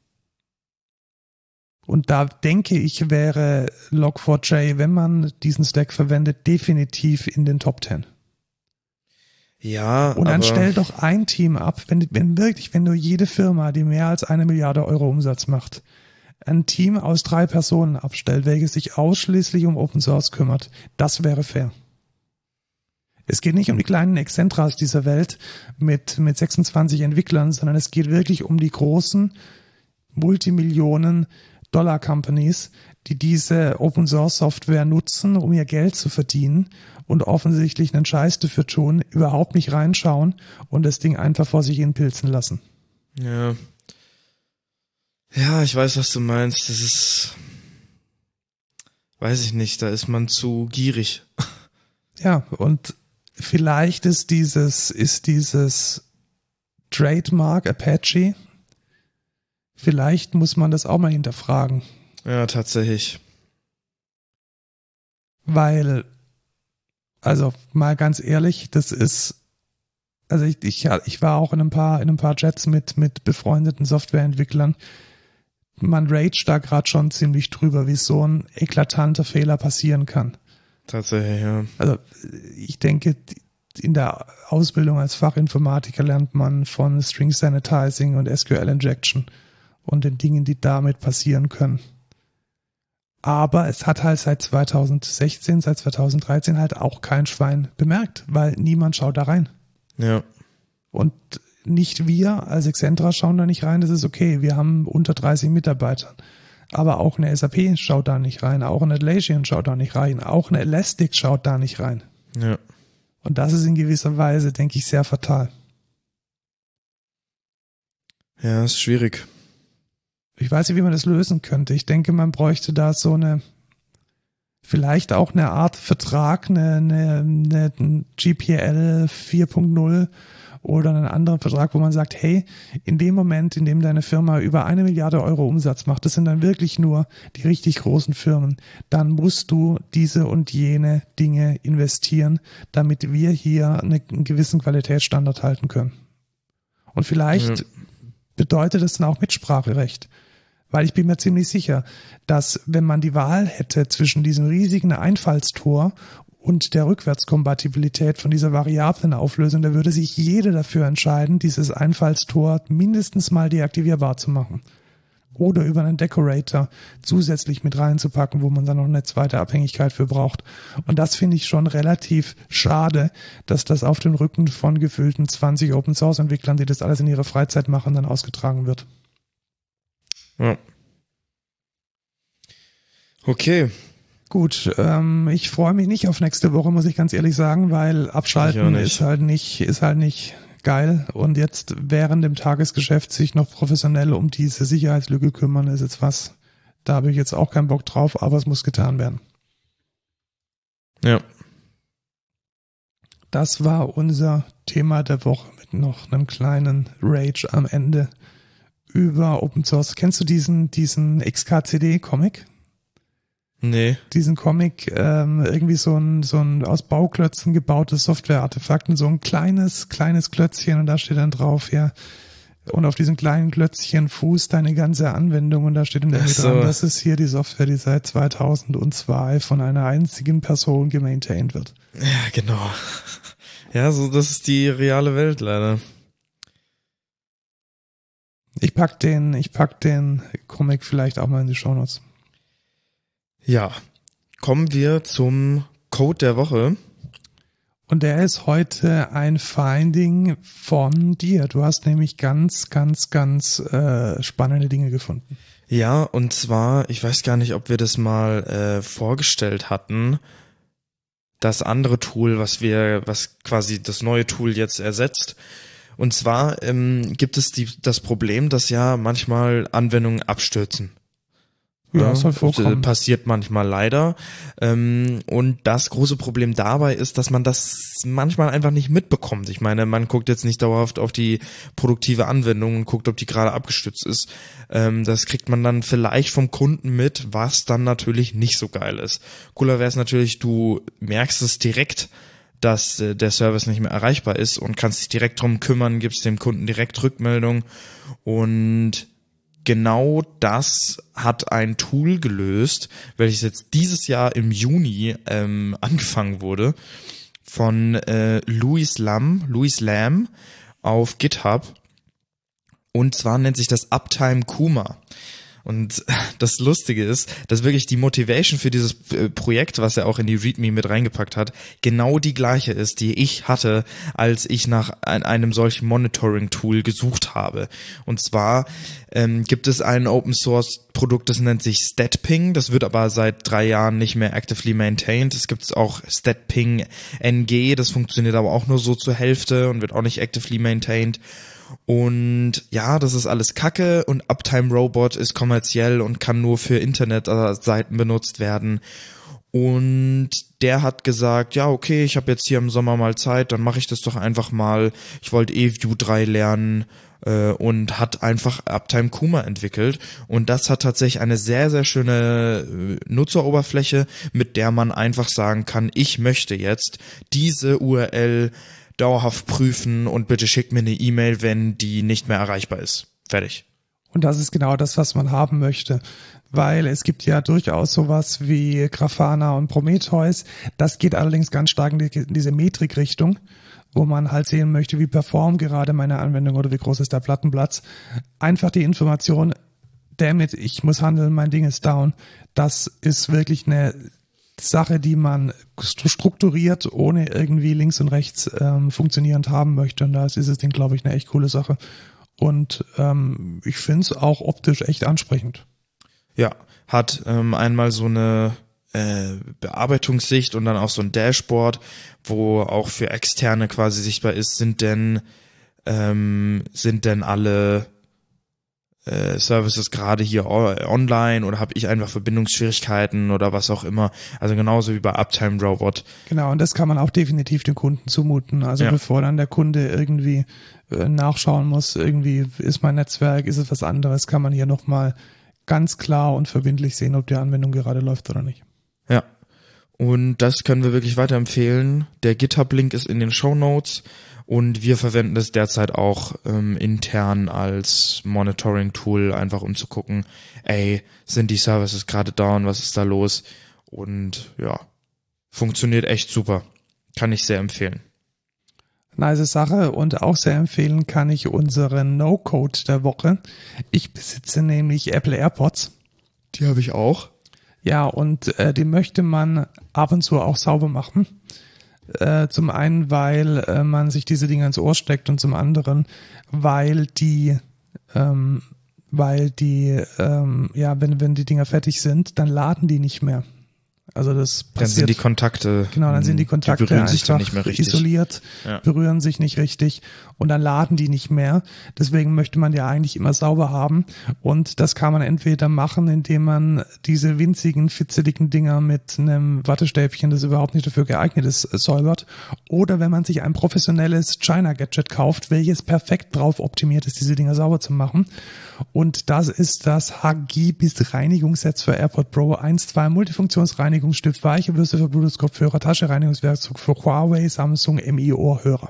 Und da denke ich, wäre log four j, wenn man diesen Stack verwendet, definitiv in den Top ten. Ja, und dann aber stell doch ein Team ab, wenn, wenn wirklich, wenn du jede Firma, die mehr als eine Milliarde Euro Umsatz macht, ein Team aus drei Personen abstellt, welches sich ausschließlich um Open Source kümmert, das wäre fair. Es geht nicht um die kleinen Exzentras dieser Welt mit, mit sechsundzwanzig Entwicklern, sondern es geht wirklich um die großen Multimillionen Dollar Companies, die diese Open Source Software nutzen, um ihr Geld zu verdienen und offensichtlich einen Scheiß dafür tun, überhaupt nicht reinschauen und das Ding einfach vor sich hin pilzen lassen. Ja. Ja, ich weiß, was du meinst. Das ist, weiß ich nicht, da ist man zu gierig. Ja, und vielleicht ist dieses, ist dieses Trademark Apache, vielleicht muss man das auch mal hinterfragen. Ja, tatsächlich. Weil, also mal ganz ehrlich, das ist, also ich, ich, ja, ich war auch in ein paar, in ein paar Chats mit, mit befreundeten Softwareentwicklern. Man raged da gerade schon ziemlich drüber, wie so ein eklatanter Fehler passieren kann. Tatsächlich, ja. Also ich denke, in der Ausbildung als Fachinformatiker lernt man von String Sanitizing und S Q L Injection und den Dingen, die damit passieren können. Aber es hat halt seit zweitausendsechzehn, seit zweitausenddreizehn halt auch kein Schwein bemerkt, weil niemand schaut da rein. Ja. Und nicht wir als Excentra schauen da nicht rein, das ist okay. Wir haben unter dreißig Mitarbeiter. Aber auch eine S A P schaut da nicht rein, auch eine Atlassian schaut da nicht rein, auch eine Elastic schaut da nicht rein. Ja. Und das ist in gewisser Weise, denke ich, sehr fatal. Ja, ist schwierig. Ich weiß nicht, wie man das lösen könnte. Ich denke, man bräuchte da so eine, vielleicht auch eine Art Vertrag, eine, eine, eine G P L vier Punkt null oder einen anderen Vertrag, wo man sagt, hey, in dem Moment, in dem deine Firma über eine Milliarde Euro Umsatz macht, das sind dann wirklich nur die richtig großen Firmen, dann musst du diese und jene Dinge investieren, damit wir hier eine, einen gewissen Qualitätsstandard halten können. Und vielleicht ja. bedeutet das dann auch Mitspracherecht. Weil ich bin mir ziemlich sicher, dass wenn man die Wahl hätte zwischen diesem riesigen Einfallstor und der Rückwärtskompatibilität von dieser Variablenauflösung, da würde sich jeder dafür entscheiden, dieses Einfallstor mindestens mal deaktivierbar zu machen. Oder über einen Decorator zusätzlich mit reinzupacken, wo man dann noch eine zweite Abhängigkeit für braucht. Und das finde ich schon relativ schade, dass das auf den Rücken von gefühlten zwanzig Open-Source-Entwicklern, die das alles in ihrer Freizeit machen, dann ausgetragen wird. Ja. Okay. Gut, ähm, ich freue mich nicht auf nächste Woche, muss ich ganz ehrlich sagen, weil Abschalten ist halt nicht, ist halt nicht geil. Und jetzt während dem Tagesgeschäft sich noch professionell um diese Sicherheitslücke kümmern, ist jetzt was. Da habe ich jetzt auch keinen Bock drauf, aber es muss getan werden. Ja. Das war unser Thema der Woche mit noch einem kleinen Rage am Ende über Open Source. Kennst du diesen, diesen X K C D-Comic? Nee. Diesen Comic, ähm, irgendwie so ein, so ein aus Bauklötzen gebautes Software-Artefakt und so ein kleines, kleines Klötzchen und da steht dann drauf, ja, und auf diesem kleinen Klötzchen fußt deine ganze Anwendung und da steht dann irgendwie so. dran, das ist hier die Software, die seit zweitausendzwei von einer einzigen Person gemaintained wird. Ja, genau. Ja, so, das ist die reale Welt leider. Ich pack den, ich pack den Comic vielleicht auch mal in die Shownotes. Ja, kommen wir zum Code der Woche. Und der ist heute ein Finding von dir. Du hast nämlich ganz, ganz, ganz äh, spannende Dinge gefunden. Ja, und zwar, ich weiß gar nicht, ob wir das mal äh, vorgestellt hatten, das andere Tool, was wir, was quasi das neue Tool jetzt ersetzt. Und zwar ähm, gibt es die, das Problem, dass ja manchmal Anwendungen abstürzen. Ja, das soll vorkommen. Passiert manchmal leider. Ähm, und das große Problem dabei ist, dass man das manchmal einfach nicht mitbekommt. Ich meine, man guckt jetzt nicht dauerhaft auf die produktive Anwendung und guckt, ob die gerade abgestürzt ist. Ähm, das kriegt man dann vielleicht vom Kunden mit, was dann natürlich nicht so geil ist. Cooler wäre es natürlich, du merkst es direkt, dass äh, der Service nicht mehr erreichbar ist und kannst dich direkt drum kümmern, gibst dem Kunden direkt Rückmeldung. Und genau das hat ein Tool gelöst, welches jetzt dieses Jahr im Juni ähm, angefangen wurde, von äh, Louis Lam, Louis Lam auf GitHub. Und zwar nennt sich das Uptime Kuma. Und das Lustige ist, dass wirklich die Motivation für dieses Projekt, was er auch in die README mit reingepackt hat, genau die gleiche ist, die ich hatte, als ich nach einem solchen Monitoring-Tool gesucht habe. Und zwar ähm, gibt es ein Open-Source-Produkt, das nennt sich StatPing, das wird aber seit drei Jahren nicht mehr actively maintained. Es gibt auch StatPing N G, das funktioniert aber auch nur so zur Hälfte und wird auch nicht actively maintained. Und ja, das ist alles Kacke und Uptime Robot ist kommerziell und kann nur für Internetseiten benutzt werden. Und der hat gesagt, ja okay, ich habe jetzt hier im Sommer mal Zeit, dann mache ich das doch einfach mal. Ich wollte eh Vue drei lernen äh, und hat einfach Uptime Kuma entwickelt. Und das hat tatsächlich eine sehr, sehr schöne äh, Nutzeroberfläche, mit der man einfach sagen kann, ich möchte jetzt diese U R L dauerhaft prüfen und bitte schickt mir eine E-Mail, wenn die nicht mehr erreichbar ist. Fertig. Und das ist genau das, was man haben möchte, weil es gibt ja durchaus sowas wie Grafana und Prometheus. Das geht allerdings ganz stark in diese Metrik-Richtung, wo man halt sehen möchte, wie performt gerade meine Anwendung oder wie groß ist der Plattenplatz. Einfach die Information, damit ich muss handeln, mein Ding ist down. Das ist wirklich eine Sache, die man strukturiert, ohne irgendwie links und rechts ähm, funktionierend haben möchte. Und da ist dieses Ding, glaube ich, eine echt coole Sache. Und ähm, ich finde es auch optisch echt ansprechend. Ja, hat ähm, einmal so eine äh, Bearbeitungssicht und dann auch so ein Dashboard, wo auch für Externe quasi sichtbar ist, sind denn ähm, sind denn alle Äh, Services gerade hier online oder habe ich einfach Verbindungsschwierigkeiten oder was auch immer. Also genauso wie bei Uptime Robot. Genau, und das kann man auch definitiv dem Kunden zumuten. Also ja. Bevor dann der Kunde irgendwie äh, nachschauen muss, irgendwie ist mein Netzwerk, ist es was anderes, kann man hier nochmal ganz klar und verbindlich sehen, ob die Anwendung gerade läuft oder nicht. Ja, und das können wir wirklich weiterempfehlen. Der GitHub-Link ist in den Shownotes. Und wir verwenden das derzeit auch ähm, intern als Monitoring-Tool, einfach um zu gucken, ey, sind die Services gerade down, was ist da los? Und ja, funktioniert echt super. Kann ich sehr empfehlen. Nice Sache und auch sehr empfehlen kann ich unseren No-Code der Woche. Ich besitze nämlich Apple AirPods. Die habe ich auch. Ja, und äh, die möchte man ab und zu auch sauber machen. Äh, zum einen, weil äh, man sich diese Dinge ins Ohr steckt und zum anderen, weil die, ähm, weil die, ähm, ja, wenn wenn die Dinger fertig sind, dann laden die nicht mehr. Also das passiert. Dann sind die Kontakte. Genau, dann sind die Kontakte die berühren sich dann einfach nicht mehr richtig. Isoliert, ja. Berühren sich nicht richtig und dann laden die nicht mehr. Deswegen möchte man die eigentlich immer sauber haben und das kann man entweder machen, indem man diese winzigen, fitzeligen Dinger mit einem Wattestäbchen, das überhaupt nicht dafür geeignet ist, säubert, oder wenn man sich ein professionelles China-Gadget kauft, welches perfekt drauf optimiert ist, diese Dinger sauber zu machen. Und das ist das H G B I S Reinigungsset für AirPod Pro eins Punkt zwei Multifunktionsreinigungsstift, weiche Bürste für Bluetooth-Kopfhörer, Taschenreinigungswerkzeug für Huawei, Samsung, M I-Ohrhörer.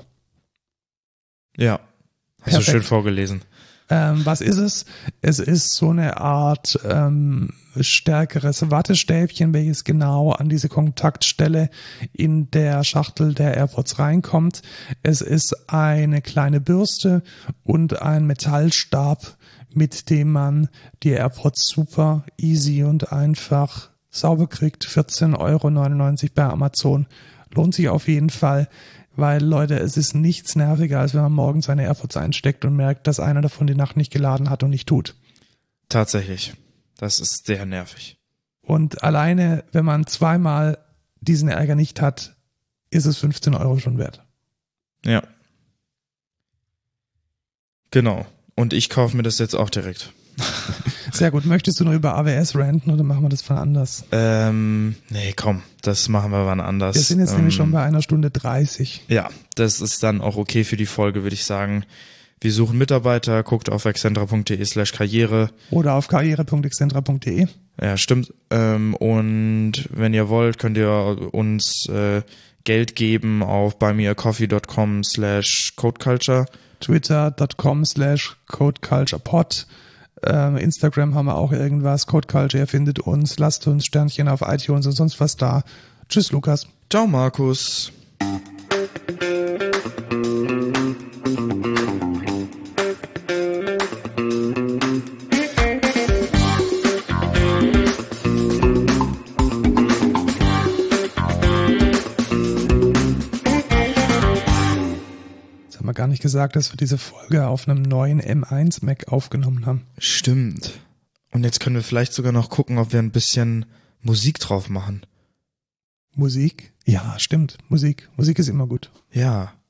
Ja, hast Perfekt. Du schön vorgelesen. Ähm, was ist es? Es ist so eine Art ähm, stärkeres Wattestäbchen, welches genau an diese Kontaktstelle in der Schachtel der AirPods reinkommt. Es ist eine kleine Bürste und ein Metallstab, mit dem man die AirPods super easy und einfach sauber kriegt. vierzehn Euro neunundneunzig bei Amazon. Lohnt sich auf jeden Fall, weil, Leute, es ist nichts nerviger, als wenn man morgens seine AirPods einsteckt und merkt, dass einer davon die Nacht nicht geladen hat und nicht tut. Tatsächlich. Das ist sehr nervig. Und alleine, wenn man zweimal diesen Ärger nicht hat, ist es fünfzehn Euro schon wert. Ja. Genau. Und ich kaufe mir das jetzt auch direkt. Sehr gut. Möchtest du noch über A W S ranten oder machen wir das von anders? Ähm, nee, komm, das machen wir wann anders. Wir sind jetzt ähm, nämlich schon bei einer Stunde dreißig. Ja, das ist dann auch okay für die Folge, würde ich sagen. Wir suchen Mitarbeiter, guckt auf excentra.de slash karriere. Oder auf karriere punkt excentra punkt de. Ja, stimmt. Ähm, und wenn ihr wollt, könnt ihr uns äh, Geld geben auf buymeacoffee.com slash codeculture. Twitter.com slash codeculturepod. Ähm, Instagram haben wir auch irgendwas. Codeculture, ihr findet uns. Lasst uns Sternchen auf iTunes und sonst was da. Tschüss, Lukas. Ciao, Markus. Gar nicht gesagt, dass wir diese Folge auf einem neuen M eins Mac aufgenommen haben. Stimmt. Und jetzt können wir vielleicht sogar noch gucken, ob wir ein bisschen Musik drauf machen. Musik? Ja, stimmt. Musik. Musik ist immer gut. Ja.